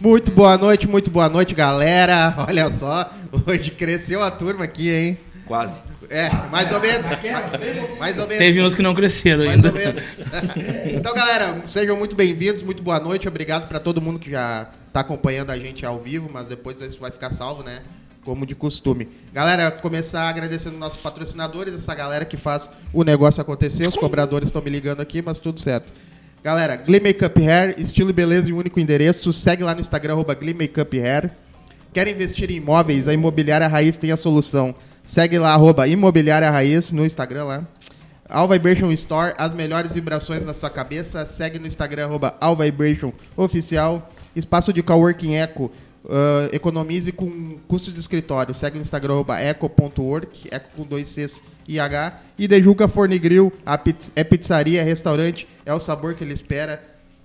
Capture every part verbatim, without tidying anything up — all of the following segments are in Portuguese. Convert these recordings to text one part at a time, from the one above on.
Muito boa noite, muito boa noite, galera. Olha só, hoje cresceu a turma aqui, hein? Quase. É, mais ou menos. Mais ou menos. Teve uns que não cresceram mais ainda. Mais ou menos. Então, galera, sejam muito bem-vindos, muito boa noite. Obrigado para todo mundo que já está acompanhando a gente ao vivo, mas depois isso vai ficar salvo, né? Como de costume. Galera, começar agradecendo nossos patrocinadores, essa galera que faz o negócio acontecer. Os cobradores estão me ligando aqui, mas tudo certo. Galera, Glee Makeup Hair, estilo e beleza em um único endereço. Segue lá no Instagram, arroba Glee Makeup Hair. Quer investir em imóveis? A Imobiliária Raiz tem a solução. Segue lá, arroba Imobiliária Raiz, no Instagram lá. All Vibration Store, as melhores vibrações na sua cabeça. Segue no Instagram, arroba All Vibration Oficial. Espaço de Coworking Eco. Uh, economize com custo de escritório. Segue no Instagram, arroba eco ponto work, eco com dois Cs e H. E Dejuca Fornigril, a pizz- é pizzaria, é restaurante, é o sabor que ele espera.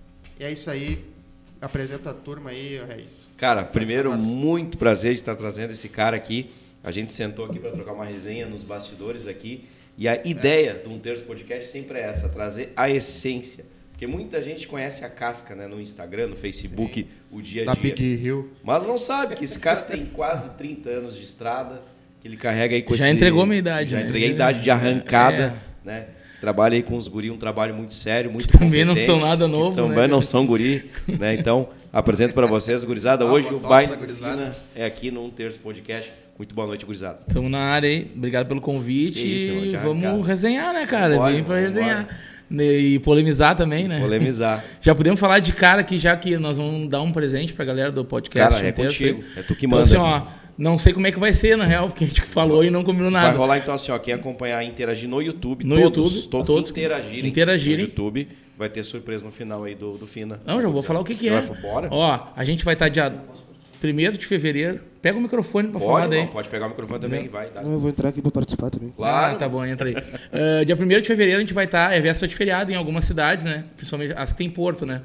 E é isso aí. Apresenta a turma aí, Reis. Cara, primeiro, muito prazer de estar trazendo esse cara aqui. A gente sentou aqui para trocar uma resenha nos bastidores aqui. E a ideia é. do Um Terço Podcast sempre é essa, trazer a essência. Porque muita gente conhece a casca, né, no Instagram, no Facebook, sim, o dia a da dia. Big Hill. Mas não sabe que esse cara tem quase trinta anos de estrada, que ele carrega aí com já esse... entregou a minha idade, Já né? entreguei a idade de arrancada, é. né? Trabalha aí com os guri, um trabalho muito sério, muito que também competente. não são nada novo, Também né, não são guri, né? Então, apresento para vocês, gurizada. Hoje ah, o baile do Fina é aqui no Um Terço Podcast. Muito boa noite, gurizada. Estamos na área aí. Obrigado pelo convite. Isso, e já, vamos cara. resenhar, né, cara? Vambora, Vim pra vambora. resenhar. E polemizar também, né? Polemizar. Já podemos falar de cara que já que nós vamos dar um presente pra galera do podcast. Cara, é um terço, contigo. É tu que então, manda. assim, ó, não sei como é que vai ser, na real, porque a gente falou e não combinou nada. Vai rolar então assim, ó, quem acompanhar e interagir no YouTube, No todos, YouTube, todos, todos que interagirem, interagirem. no YouTube, vai ter surpresa no final aí do, do Fina. Não, já vou falar o que que Já é. vai, bora? Ó, a gente vai estar dia primeiro de fevereiro. Pega o microfone pra falar Pode, daí. não, pode pegar o microfone também, vai. Dá. Não, eu vou entrar aqui para participar também. Claro. Ah, tá bom, entra aí. Uh, dia primeiro de fevereiro a gente vai estar, é véspera de feriado em algumas cidades, né? Principalmente as que tem Porto, né?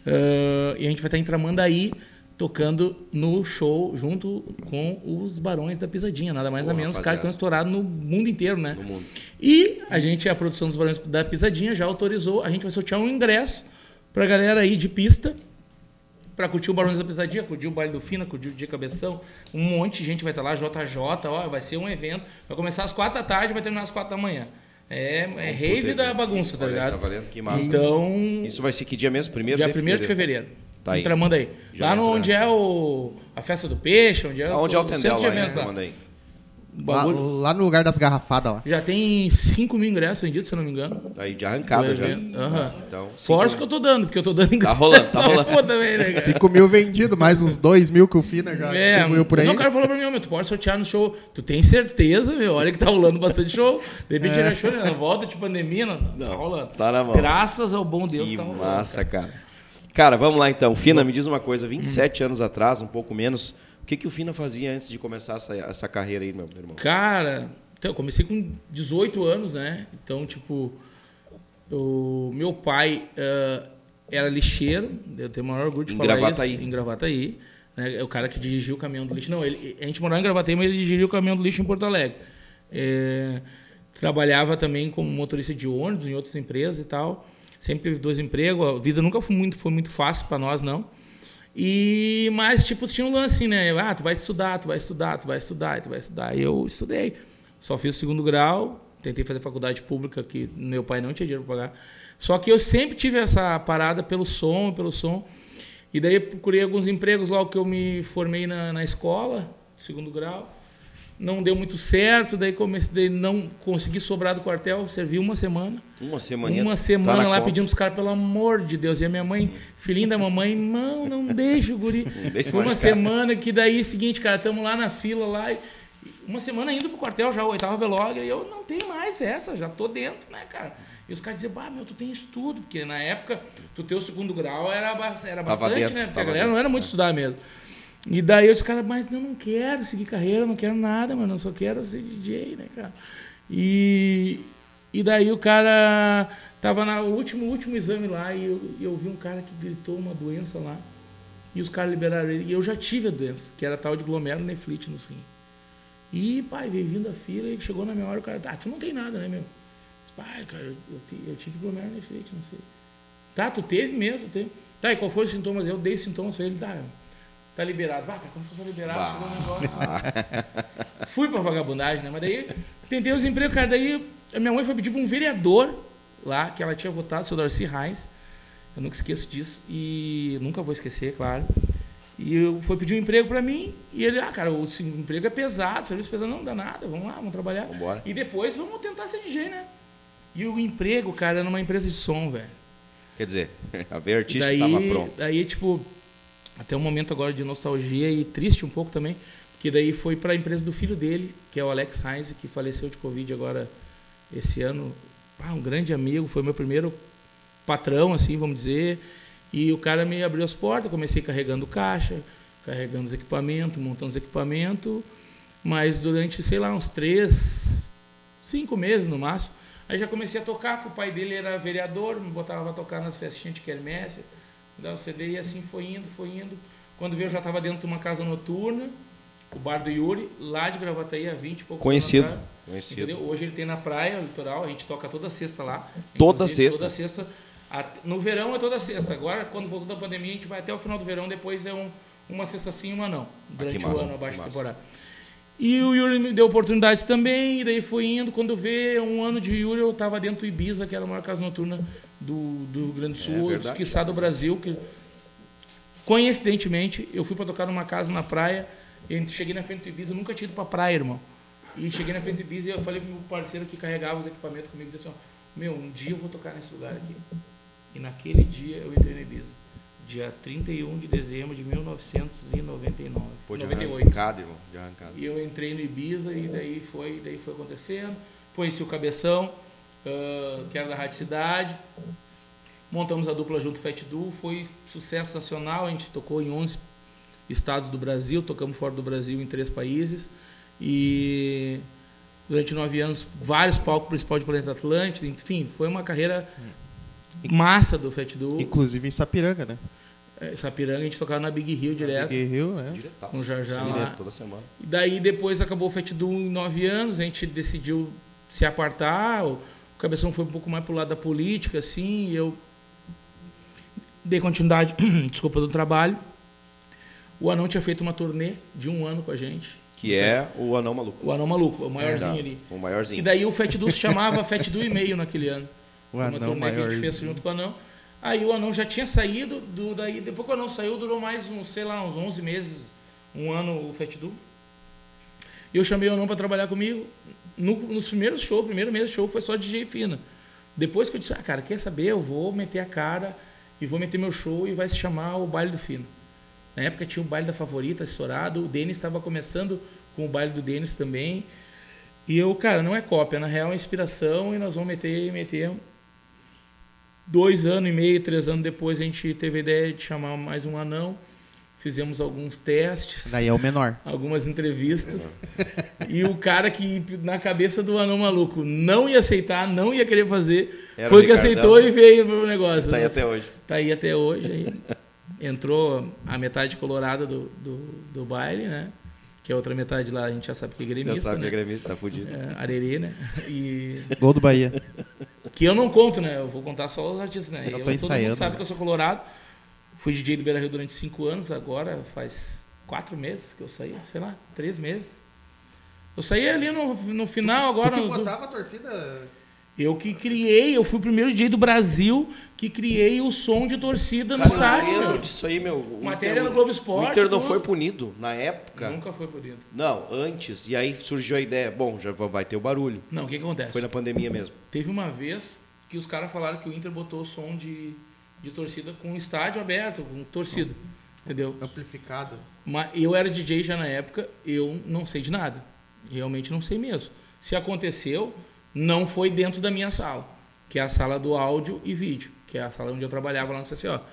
Uh, e a gente vai estar em Tramandaí, tocando no show junto com os Barões da Pisadinha, nada mais Boa, ou menos, os rapaziada. caras que estão estourados no mundo inteiro, né? No mundo. E a gente, a produção dos Barões da Pisadinha já autorizou, a gente vai sortear um ingresso pra galera aí de pista, pra curtir o Barões da Pisadinha, curtir o Baile do Fina, curtir o Dia Cabeção. Um monte de gente vai estar lá, J J, ó, vai ser um evento. Vai começar às quatro da tarde e vai terminar às quatro da manhã. É, é rave da bagunça, tá Olha, ligado? tá valendo, que massa. Então, Isso vai ser que dia mesmo? Primeiro dia de primeiro de fevereiro. fevereiro. Tá aí. Em Tramandaí. Já Lá entra. no, onde é o, a festa do peixe, onde é, Aonde é o centro Tendel de lá, eventos né? lá. Manda aí. Lá, Bagulho. lá no lugar das garrafadas lá. Já tem cinco mil ingressos vendidos, se eu não me engano. Aí de arrancada O já. evento. Aham. Então, Fora os cinco- que eu tô dando, porque eu tô dando ingresso. Tá rolando, tá Só rolando. foda também, né, cara? cinco mil vendidos, mais uns dois mil que o Fina já É, distribuiu por aí. não, o cara falou pra mim, ó, meu, tu pode sortear no show. Tu tem certeza, meu? Olha que tá rolando bastante show. De repente ele achou, né? Na volta de pandemia, não, não, tá rolando. tá na mão. Graças ao bom Deus Que tá rolando. massa, cara. Cara, vamos lá então. Fina, me diz uma coisa. vinte e sete anos atrás, um pouco menos, o que, que o Fina fazia antes de começar essa, essa carreira aí, meu irmão? Cara, então, eu comecei com dezoito anos, né? Então, tipo, o meu pai uh, era lixeiro, eu tenho o maior orgulho de Em falar Gravataí. isso. Em Gravataí. Né? É o cara que dirigiu o caminhão do lixo. Não, ele, a gente morava em Gravataí, mas ele dirigiu o caminhão do lixo em Porto Alegre. É, trabalhava também como motorista de ônibus em outras empresas e tal. Sempre teve dois empregos. A vida nunca foi muito, foi muito fácil para nós, não. E, mas, tipo, tinha um lance assim, né? Ah, tu vai estudar, tu vai estudar, tu vai estudar, tu vai estudar. E eu estudei. Só fiz o segundo grau, tentei fazer faculdade pública, que meu pai não tinha dinheiro para pagar. Só que eu sempre tive essa parada pelo som, pelo som. E daí eu procurei alguns empregos logo que eu me formei na, na escola, segundo grau. Não deu muito certo, daí comecei, não consegui sobrar do quartel, servi uma semana. Uma semaninha. Uma tá semana na lá conta. pedindo os caras, pelo amor de Deus. E a minha mãe, filhinha da mamãe, não, não deixa o guri. deixa Foi uma machucar. semana que daí, seguinte, cara, estamos lá na fila lá, e uma semana indo pro quartel já, o oitava Belog, e eu não tenho mais essa, já tô dentro, né, cara? E os caras diziam, bah, meu, tu tem estudo, porque na época, tu ter o segundo grau era, ba- era bastante, dentro, né? Porque a tava galera dentro. não era muito estudar mesmo. E daí os caras, mas eu não quero seguir carreira, não quero nada, mano, eu só quero ser D J, né, cara? E, e daí o cara tava no último, último exame lá e eu, e eu vi um cara que gritou uma doença lá e os caras liberaram ele. E eu já tive a doença, que era tal de glomerulonefrite nos rins. E, pai, veio vindo a fila e chegou na minha hora o cara, ah, tu não tem nada, né, meu? Pai, cara, eu, eu, eu tive glomerulonefrite, não sei. Tá, tu teve mesmo, teve. Tá, e qual foi os sintomas? Eu dei sintomas pra ele, tá, tá liberado. Ah, cara, quando for liberado, chegou um negócio. Fui pra vagabundagem, né? Mas daí, tentei os empregos, cara. Daí, a minha mãe foi pedir pra um vereador lá, que ela tinha votado, o seu Darcy Reis. Eu nunca esqueço disso. E nunca vou esquecer, claro. E eu foi pedir um emprego pra mim. E ele, ah, cara, o emprego é pesado, o serviço é pesado. Não dá nada, vamos lá, vamos trabalhar. Vambora. E depois vamos tentar ser D J, né? E o emprego, cara, era numa empresa de som, velho. Quer dizer, a veia artística daí, estava pronta. Daí, tipo, até um momento agora de nostalgia e triste um pouco também, porque daí foi para a empresa do filho dele, que é o Alex Heinz, que faleceu de Covid agora esse ano. Ah, um grande amigo, foi meu primeiro patrão, assim, vamos dizer. E o cara me abriu as portas, comecei carregando caixa, carregando os equipamentos, montando os equipamentos, mas durante, sei lá, uns três, cinco meses no máximo. Aí já comecei a tocar, que o pai dele era vereador, me botava para tocar nas festinhas de quermesse, dava o C D e assim foi indo, foi indo. Quando veio eu já estava dentro de uma casa noturna, o bar do Yuri, lá de Gravataí, há vinte e poucos conhecido, anos atrás. Conhecido. Entendeu? Hoje ele tem na praia, litoral, a gente toca toda sexta lá. Toda sexta? Toda sexta. No verão é toda sexta. Agora, quando voltou da pandemia, a gente vai até o final do verão, depois é um, uma sexta sim e uma não, durante ah, o massa, ano, abaixo da temporada. Massa. E o Yuri me deu oportunidades também, e daí foi indo. Quando vê um ano de Yuri, eu estava dentro do Ibiza, que era a maior casa noturna do, do Rio Grande do Sul, é quiçá do Brasil. Que, coincidentemente, eu fui para tocar numa casa na praia, e cheguei na frente do Ibiza, eu nunca tinha ido para praia, irmão. E cheguei na frente do Ibiza e eu falei pro meu parceiro que carregava os equipamentos comigo, disse assim, ó, meu, um dia eu vou tocar nesse lugar aqui. E naquele dia eu entrei no Ibiza. Dia trinta e um de dezembro de mil novecentos e noventa e nove. Pô, de noventa e oito. arrancada, irmão, de arrancada. E eu entrei no Ibiza e daí foi, daí foi acontecendo. Conheci o Cabeção, uh, que era da Rádio Cidade. Montamos a dupla junto, Fat Duo. Foi sucesso nacional, a gente tocou em onze estados do Brasil, tocamos fora do Brasil em três países. E durante nove anos, vários palcos principais de Planeta Atlântico. Enfim, foi uma carreira massa do Fat Duo. Inclusive em Sapiranga, né? É, Sapiranga, a gente tocava na Big Hill direto. Big Hill, né? Diretaço. Com o Jarjá Direto, lá. toda semana. E daí depois acabou o Fat Duo em nove anos, a gente decidiu se apartar. O Cabeção foi um pouco mais pro lado da política, assim, e eu dei continuidade, desculpa, do trabalho. O Anão tinha feito uma turnê de um ano com a gente. Que é o Anão Maluco. O Anão Maluco, o maiorzinho É, ali. O maiorzinho. E daí o Fat Duo se chamava Fat Duo e meio naquele ano. O Uma Anão turnê que a gente maiorzinho. fez junto com o Anão. Aí o Anão já tinha saído, do, daí, depois que o Anão saiu, durou mais, uns, sei lá, uns onze meses, um ano o Fat Duo. E eu chamei o Anão para trabalhar comigo. No, nos primeiros shows, o primeiro mês de show foi só D J Fina. Depois que eu disse, ah, cara, quer saber? Eu vou meter a cara e vou meter meu show e vai se chamar o Baile do Fino. Na época tinha o Baile da Favorita estourado, o Denis estava começando com o Baile do Denis também. E eu, cara, não é cópia, na real é inspiração e nós vamos meter, meter. Dois anos e meio, três anos depois, a gente teve a ideia de chamar mais um anão. Fizemos alguns testes. Daí é o menor. Algumas entrevistas. E o cara que, na cabeça do Anão Maluco, não ia aceitar, não ia querer fazer, Era foi o que Ricardão. aceitou e veio pro negócio. Tá aí Nossa, até hoje. Tá aí até hoje. Aí entrou a metade colorada do, do, do baile, né? Que a outra metade lá a gente já sabe que é gremista. Já sabe né? que é gremista, tá fudido. É, arerê, né? E... Gol do Bahia. Que eu não conto, né? Eu vou contar só os artistas, né? Eu tô todo ensaiando, mundo sabe né? que eu sou colorado. Fui D J do Beira Rio durante cinco anos, agora faz quatro meses que eu saí, sei lá, três meses. Eu saí ali no, no final, agora... Tu que nos- botava a torcida... Eu que criei, eu fui o primeiro D J do Brasil que criei o som de torcida no Cara, estádio, eu lembro meu. disso aí, meu. O Matéria Inter- no Globo Esporte, O Inter não tudo. foi punido na época. Nunca foi por dentro. Não, antes. E aí surgiu a ideia. Bom, já vai ter o barulho. Não, o que que acontece? Foi na pandemia mesmo. Teve uma vez que os caras falaram que o Inter botou o som de, de torcida com o estádio aberto, com torcida, entendeu? Amplificada. Mas eu era D J já na época, eu não sei de nada. Realmente não sei mesmo. Se aconteceu, não foi dentro da minha sala, que é a sala do áudio e vídeo, que é a sala onde eu trabalhava lá no C C O.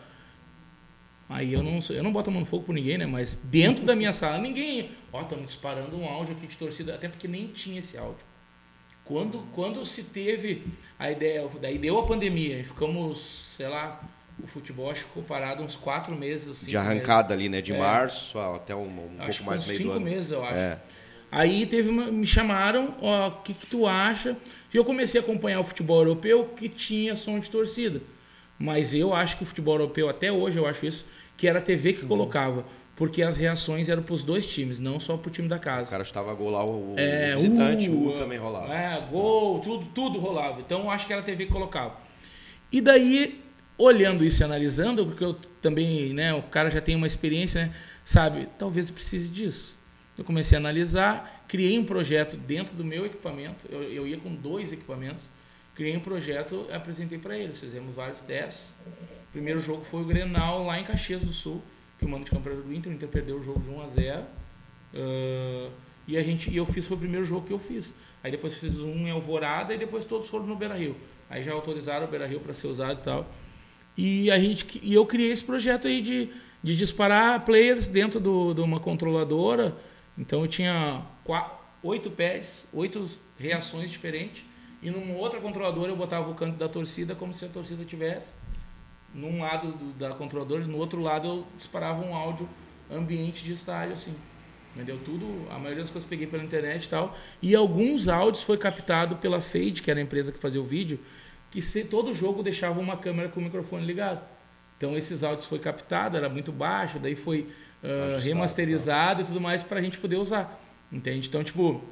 Aí eu não sou- eu não boto a mão no fogo por ninguém, né? Mas dentro da minha sala, ninguém... Ó, estamos disparando um áudio aqui de torcida, até porque nem tinha esse áudio. Quando, quando se teve a ideia, daí deu a pandemia, e ficamos, sei lá, o futebol acho que ficou parado uns quatro meses. Uns cinco De arrancada ali, né? De É. março até um, um Acho pouco mais uns meio do cinco ano. meses, eu acho. É. Aí teve uma- me chamaram, ó, o que, que tu acha? E eu comecei a acompanhar o futebol europeu que tinha som de torcida. Mas eu acho que o futebol europeu, até hoje eu acho isso, que era a T V que colocava. porque as reações eram para os dois times, não só para o time da casa. O cara estava gol lá, o, é, o visitante, uh, o U também rolava. É, gol, tudo, tudo rolava. Então, acho que era a T V que colocava. E daí, olhando isso e analisando, porque eu também, né, o cara já tem uma experiência, né, sabe, talvez eu precise disso. Eu comecei a analisar, criei um projeto dentro do meu equipamento, eu, eu ia com dois equipamentos, criei um projeto e apresentei para eles, fizemos vários testes. O primeiro jogo foi o Grenal lá em Caxias do Sul, que o mando de campo era do Inter, o Inter perdeu o jogo de um a zero. Uh, e, a gente, e eu fiz, foi o primeiro jogo que eu fiz. Aí depois fiz um em Alvorada e depois todos foram no Beira-Rio. Aí já autorizaram o Beira-Rio para ser usado e tal. E, a gente, e eu criei esse projeto aí de, de disparar players dentro do, de uma controladora. Então eu tinha quatro, oito pads, oito reações diferentes. E numa outra controladora eu botava o canto da torcida como se a torcida tivesse. Num lado do, da controladora e no outro lado eu disparava um áudio ambiente de estádio, assim. Entendeu? Tudo, a maioria das coisas eu peguei pela internet e tal. E alguns áudios foi captado pela Fade, que era a empresa que fazia o vídeo, que se, todo jogo deixava uma câmera com o microfone ligado. Então esses áudios foi captado, era muito baixo, daí foi uh, remasterizado e tudo mais para a gente poder usar. Entende? Então, tipo,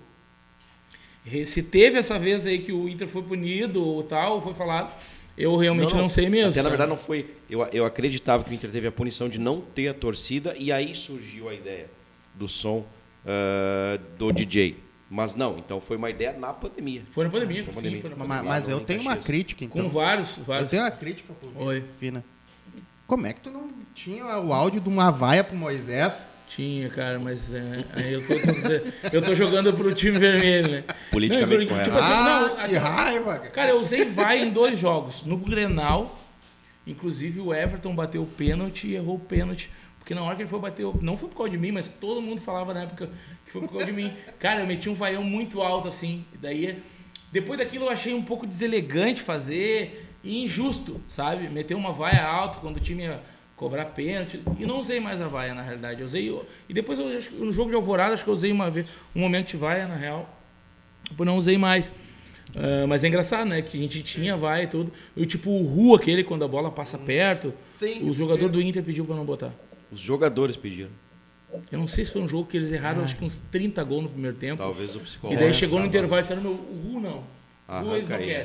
se teve essa vez aí que o Inter foi punido ou tal, foi falado, eu realmente não, não. não sei mesmo. Até, na verdade, não foi... Eu, eu acreditava que o Inter teve a punição de não ter a torcida e aí surgiu a ideia do som uh, do D J. Mas não, então foi uma ideia na pandemia. Foi na pandemia, foi sim. pandemia. Foi na pandemia. Mas, mas eu tenho uma crítica, então. Com vários, vários. Eu tenho uma crítica por Oi. Fina. Como é que tu não tinha o áudio de uma vaia pro Moisés? Tinha, cara, mas é, aí eu, tô, eu tô jogando pro time vermelho, né? Politicamente não, correto. Tipo assim, ah, não, que raiva! Cara, eu usei vaia em dois jogos. No Grenal, inclusive o Everton bateu o pênalti e errou o pênalti. Porque na hora que ele foi bater, não foi por causa de mim, mas todo mundo falava na época que foi por causa de mim. Cara, eu meti um vaião muito alto, assim. E daí, depois daquilo eu achei um pouco deselegante fazer e injusto, sabe? Meter uma vaia alta quando o time ia cobrar pênalti. E não usei mais a vaia, na realidade. Eu usei... E depois, eu, acho, no jogo de Alvorada, acho que eu usei uma vez, um momento de vaia, na real. Depois não usei mais. Uh, mas é engraçado, né? Que a gente tinha vaia e tudo. E tipo, o Ru, aquele, quando a bola passa perto, Sim, o jogador do Inter pediu pra não botar. Os jogadores pediram. Eu não sei se foi um jogo que eles erraram, ah. acho que uns trinta gols no primeiro tempo. Talvez o psicológico. E daí chegou no intervalo e disseram, meu, o Ru não. Ah, o Ru eles não querem.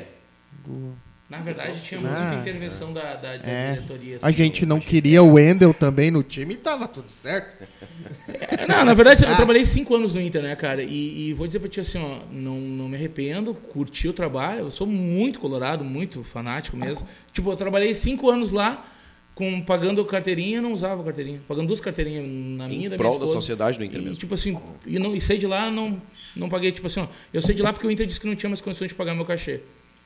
Na verdade, tinha muita ah, intervenção é. da, da, da é. diretoria. Assim, a gente não queria o Wendel também no time e tava tudo certo. É, não, na verdade, ah. eu trabalhei cinco anos no Inter, né, cara? E, e vou dizer pra ti assim, ó, não, não me arrependo, curti o trabalho. Eu sou muito colorado, muito fanático mesmo. Tipo, eu trabalhei cinco anos lá, com, pagando carteirinha, não usava carteirinha. Pagando duas carteirinhas na minha e da minha esposa. Prol da sociedade do Inter mesmo. E, tipo assim, e, não, e saí de lá, não, não paguei, tipo assim, ó, eu saí de lá porque o Inter disse que não tinha mais condições de pagar meu cachê.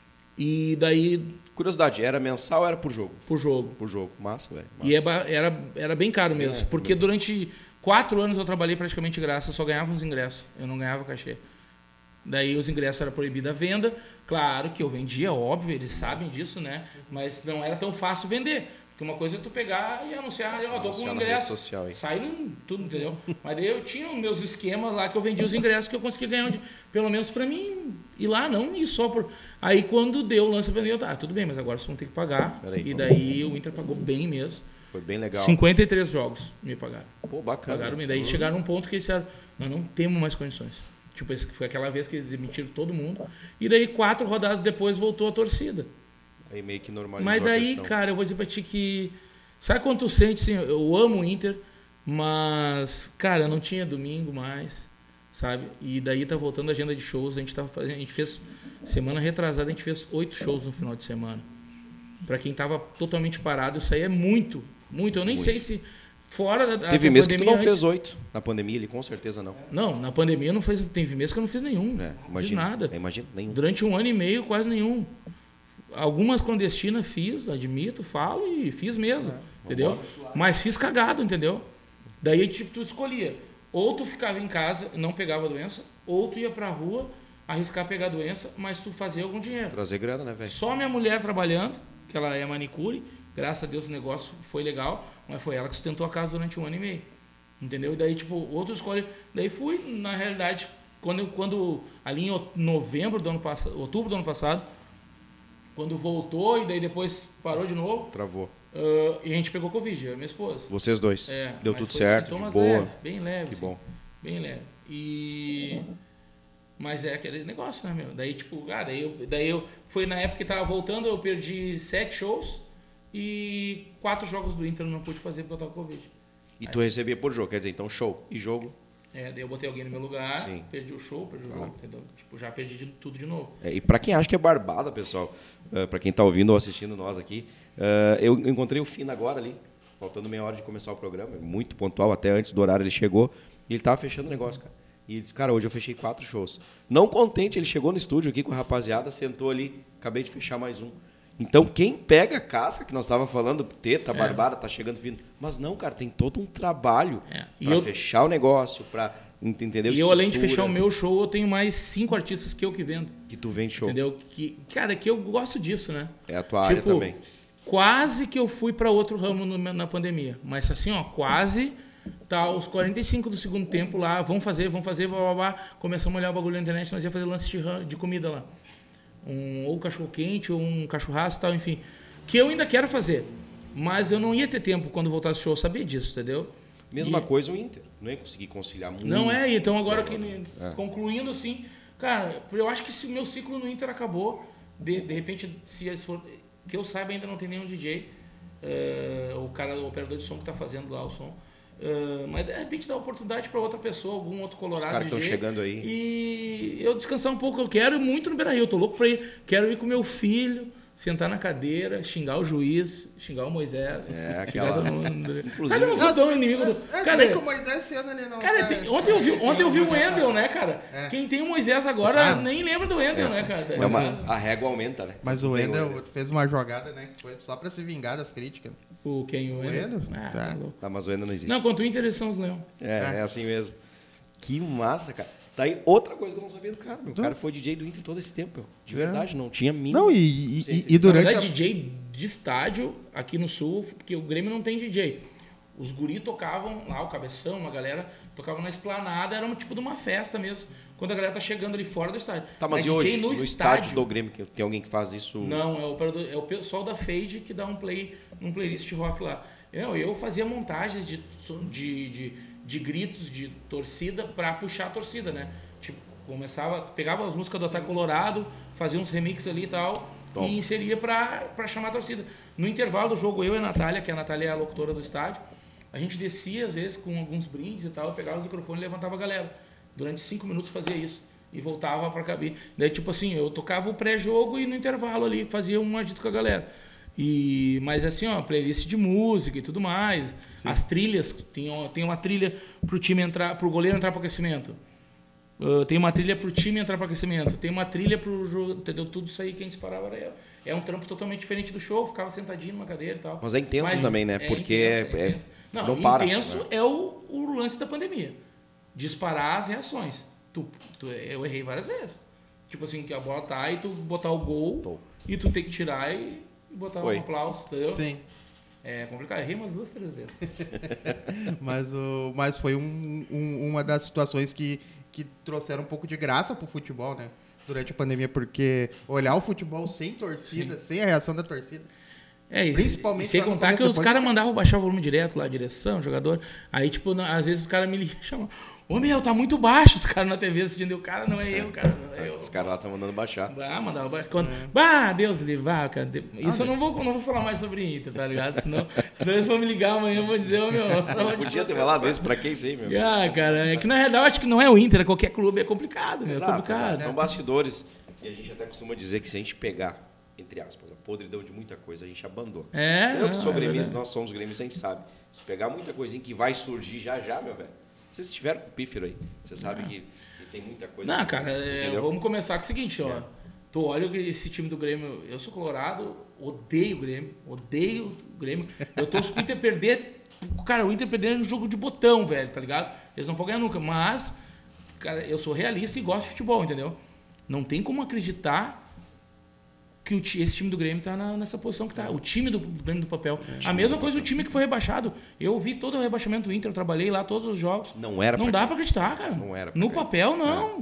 E daí... Curiosidade, era mensal ou era por jogo? Por jogo. Por jogo. Massa, velho. E era, era, era bem caro mesmo. É, porque mesmo. Durante quatro anos eu trabalhei praticamente de graça. Eu só ganhava uns ingressos. Eu não ganhava cachê. Daí os ingressos era proibida a venda. Claro que eu vendia, óbvio, eles sabem disso, né? Mas não era tão fácil vender. Porque uma coisa é tu pegar e anunciar, eu tô com um ingresso. Social, sai tudo, entendeu? Mas daí eu tinha os meus esquemas lá que eu vendia os ingressos que eu conseguia ganhar, de, pelo menos pra mim, ir lá, não ir só por... Aí quando deu o lance, eu falei, tá, tudo bem, mas agora vocês vão ter que pagar. Aí, e daí o Inter pagou bem mesmo. Foi bem legal. cinquenta e três jogos me pagaram. Pô, bacana. Pagaram bem. Daí uhum. chegaram num ponto que eles disseram, nós não temos mais condições. Tipo, foi aquela vez que eles demitiram todo mundo. E daí, quatro rodadas depois, voltou a torcida. Aí meio que normalizou. Mas daí, cara, eu vou dizer pra ti que... Sabe quando tu sente, assim, eu amo o Inter, mas, cara, não tinha domingo mais, sabe? E daí tá voltando a agenda de shows, a gente tá fazendo, a gente fez, semana retrasada, a gente fez oito shows no final de semana. Pra quem tava totalmente parado, isso aí é muito, muito. Eu nem muito. sei se fora da, teve mês que tu não antes... fez oito na pandemia, ele com certeza não. Não, na pandemia não fez, teve mês que eu não fiz nenhum, é, não fiz nada. Imagina, nenhum. Durante um ano e meio, quase nenhum. Algumas clandestinas fiz, admito, falo e fiz mesmo, é, entendeu? Mas fiz cagado, entendeu? Daí, tipo, tu escolhia. Ou tu ficava em casa, não pegava a doença, ou tu ia pra rua, arriscar pegar a doença, mas tu fazia algum dinheiro. Trazer grana, né, velho? Só minha mulher trabalhando, que ela é manicure, graças a Deus o negócio foi legal, mas foi ela que sustentou a casa durante um ano e meio. Entendeu? E daí, tipo, outro escolhe. Daí fui, na realidade, quando, quando ali em novembro do ano passado, outubro do ano passado, quando voltou e daí depois parou de novo. Travou. Uh, e a gente pegou Covid, eu e minha esposa. Vocês dois. É, Deu mas tudo foi certo, de sintomas boa. Leve, bem leve. Que assim, bom. Bem leve. E... Mas é aquele negócio, né, meu? Daí, tipo, ah, daí eu, daí eu... Foi na época que tava voltando, eu perdi sete shows e quatro jogos do Inter eu não pude fazer porque eu tava com Covid. E tu recebia por jogo, quer dizer, então show. E jogo? É, daí eu botei alguém no meu lugar, Sim. perdi o show, perdi o jogo, entendeu? Tipo, já perdi de, tudo de novo. É, e pra quem acha que é barbada, pessoal, uh, pra quem tá ouvindo ou assistindo nós aqui, uh, eu encontrei o Fina agora ali, faltando meia hora de começar o programa, muito pontual, até antes do horário ele chegou, e ele tava fechando o negócio, cara. E ele disse, cara, hoje eu fechei quatro shows. Não contente, ele chegou no estúdio aqui com a rapaziada, sentou ali, acabei de fechar mais um. Então, quem pega a casca, que nós estávamos falando, teta, É. barbada, tá chegando fino. Mas não, cara, tem todo um trabalho É. E para eu- fechar o negócio, para entender E eu, além de fechar o meu show, eu tenho mais cinco artistas que eu que vendo. Que tu vende show. Entendeu? Que, cara, que eu gosto disso, né? É a tua área Tipo, também. Quase que eu fui para outro ramo no- na pandemia. Mas assim, ó, quase. Tá aos quarenta e cinco do segundo tempo lá, vamos fazer, vamos fazer, blá, blá, blá. Começamos a olhar o bagulho na internet, nós ia fazer lance de, ran- de comida lá. Um, ou cachorro quente, ou um cachorraço e tal, enfim. Que eu ainda quero fazer. Mas eu não ia ter tempo quando voltasse o show, eu sabia disso, entendeu? Mesma E- coisa o Inter. Não ia conseguir conciliar muito. Não é, então agora que É. concluindo assim, cara, eu acho que se o meu ciclo no Inter acabou, de, de repente, se eles for, que eu saiba, ainda não tem nenhum D J, eh, o cara, o operador de som que tá fazendo lá o som, eh, mas de repente dá oportunidade para outra pessoa, algum outro colorado Os caras D J. estão chegando aí. E eu descansar um pouco, eu quero ir muito no Beira-Rio, eu tô louco para ir, quero ir com meu filho, sentar na cadeira, xingar o juiz, xingar o Moisés. É, xingar aquela- todo mundo. Inclusive- Cara, eu não sou tão inimigo do... É, Cara, se bem que o Moisés esse ano ele não Cara, tá- tem- ontem, eu vi, ontem eu vi o Wendel, né, cara? É. Quem tem o Moisés agora Ah. nem lembra do Wendel, né, cara? É uma, a régua aumenta, né? Mas o Tem Wendel fez uma jogada, né? Que foi só pra se vingar das críticas. O quem? O Wendel? Wendel? Ah, Tá. tá louco. Ah, mas o Wendel não existe. Não, quanto o Inter, eles são os Leão. É, É. é assim mesmo. Que massa, cara. Tá aí outra coisa que eu não sabia do cara, meu. O Tu- cara foi D J do Inter todo esse tempo, meu. De É. verdade, não tinha mínimo. Não, e, e, Sim, sim. e, e durante Na a... verdade, D J de estádio aqui no Sul, porque o Grêmio não tem D J. Os guri tocavam lá, o Cabeção, uma galera, tocavam na esplanada, era um tipo de uma festa mesmo, quando a galera tá chegando ali fora do estádio. Tá, mas, D e J hoje, no, no estádio do Grêmio, que tem alguém que faz isso... Não, é o, operador- é o pessoal da Fade que dá um play num playlist rock lá. Eu, eu fazia montagens de, de, de, de gritos de torcida para puxar a torcida, né? Tipo, começava, pegava as músicas do Ataque Colorado, fazia uns remixes ali e tal, Tom. e inseria para chamar a torcida. No intervalo do jogo, eu e a Natália, que a Natália é a locutora do estádio, a gente descia às vezes com alguns brindes e tal, eu pegava o microfone e levantava a galera. Durante cinco minutos fazia isso. E voltava para cabine. Daí, tipo assim, eu tocava o pré-jogo e no intervalo ali fazia um agito com a galera. E, mas assim, ó, playlist de música e tudo mais. Sim. As trilhas, tem, ó, tem uma trilha pro time entrar, pro goleiro entrar pro aquecimento. Uh, tem uma trilha pro time entrar pro aquecimento. Tem uma trilha pro jogo, entendeu? Tudo isso aí que a gente disparava era eu. É um trampo totalmente diferente do show, ficava sentadinho numa cadeira e tal. Mas é intenso Mas também, né? é Porque intenso, é, é é- intenso. Não, não para. intenso né? é o, o lance da pandemia. Disparar as reações. Tu, tu, eu errei várias vezes. Tipo assim, que a bola tá e tu botar o gol Tô. e tu tem que tirar e, e botar Foi. um aplauso, entendeu? Sim. É complicado. Errei umas duas, três vezes. Mas, o, mas foi um, um- uma das situações que, que trouxeram um pouco de graça pro futebol, né? Durante a pandemia, porque olhar o futebol sem torcida, sem a reação da torcida. É, e, Principalmente e sem lá no contar começo, que os depois caras que- mandavam baixar o volume direto lá, a direção, jogador. Aí, tipo, não- às vezes os caras me ligam e chamam. Ô meu, tá muito baixo os caras na T V assistindo. E o cara não é eu, cara, não é eu. Os caras lá estão mandando baixar. Bah, mandava baixar. Quando... Bah, Deus livre, bah, cara. de- Isso Ah, eu não vou, não vou falar mais sobre Inter, tá ligado? Senão, senão eles vão me ligar amanhã e vão dizer, ô meu. Não, Podia ter falado isso pra quem sei, meu. Ah, cara, é que na realidade eu acho que não é o Inter, é qualquer clube, é complicado, meu. É Exato, complicado. exato. São bastidores. E a gente até costuma dizer que se a gente pegar, entre aspas, a podridão de muita coisa, a gente abandona. É. Eu que sou é gremista, verdade. nós somos gremistas, a gente sabe. Se pegar muita coisinha que vai surgir já já, meu velho. Vocês estiveram com o pífero aí. Você sabe que, que tem muita coisa. Não, cara, é, entendeu? vamos começar com o seguinte, ó. É. Tu olha que esse time do Grêmio, eu sou colorado, odeio o Grêmio, odeio o Grêmio. Eu torço pro Inter perder, cara, o Inter perder no jogo de botão, velho, tá ligado? Eles não podem ganhar nunca, mas, cara, eu sou realista e gosto de futebol, entendeu? Não tem como acreditar que o ti- esse time do Grêmio tá na- nessa posição que tá. O time do Grêmio do papel. A mesma coisa o time que foi rebaixado. Eu vi todo o rebaixamento do Inter, eu trabalhei lá todos os jogos. Não era Não pra dá crer. pra acreditar, cara. Não era pra No crer. papel, não.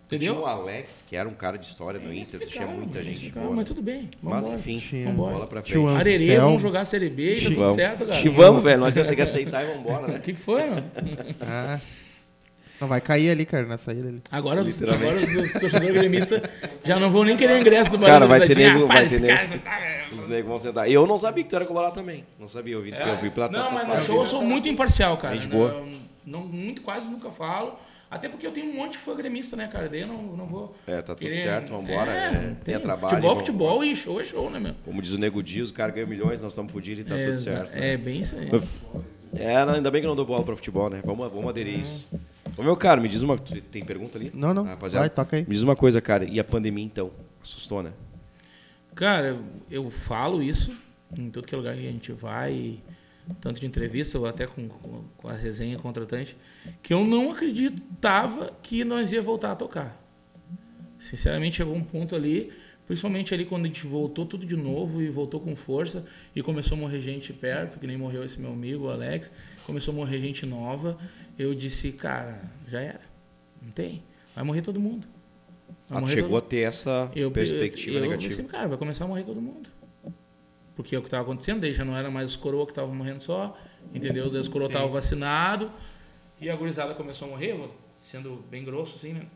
Entendeu? Tinha o Alex, que era um cara de história no Inter, tinha muita gente boa. Mas tudo bem, Mas vambora. enfim, Tinha. bola pra Tinha o frente. Arerê, Ansel. vamos jogar Série B e tá tudo Vamos. certo, cara. E vamos, velho, nós temos que aceitar e vambora, O né? que, que foi, mano? Ah. Não, vai cair ali, cara, na saída ali. Agora, os, Literalmente. agora os torcedores gremistas já não vão nem querer ingresso do Cara, Barão vai da ter Pisadinha. nego- Rapaz, vai ter esse nego- cara só tá, velho. Os negros vão sentar. E eu não sabia que tu era colorado também. Não sabia, eu vi, eu vi pela Não, tua mas no página. show eu sou muito imparcial, cara. Gente né? boa. Eu não, muito, quase nunca falo. Até porque eu tenho um monte de fã gremista, né, cara? Daí eu não, não vou. É, tá tudo querer- certo, vambora. É, É, não tenha tem. trabalho. Futebol, vamos- futebol e show é show, né, meu? Como diz o Nego Dias, o cara ganha milhões, nós estamos fodidos e tá é, tudo certo. né? É bem isso aí. É, não, ainda bem que eu não dou bola pra futebol, né? Vamos, vamos aderir isso. Ô, meu caro, me diz uma... Tem pergunta ali? Não, não. Ah, rapaziada? Vai, toca aí. Me diz uma coisa, cara. E a pandemia, então? Assustou, né? Cara, eu falo isso em todo que lugar que a gente vai, tanto de entrevista ou até com, com, com a resenha contratante, que eu não acreditava que nós ia voltar a tocar. Sinceramente, chegou um ponto ali, principalmente ali quando a gente voltou tudo de novo e voltou com força e começou a morrer gente perto, que nem morreu esse meu amigo, o Alex, começou a morrer gente nova, eu disse, cara, já era, não tem, vai morrer todo mundo. Vai Ah, tu morrer chegou todo- a ter essa eu, perspectiva eu, eu negativa. Pensei, cara, vai começar a morrer todo mundo. Porque é o que estava acontecendo, daí já não era mais os coroa que estavam morrendo só, entendeu? Daí os coroa estavam vacinados e a gurizada começou a morrer, sendo bem grosso assim, né?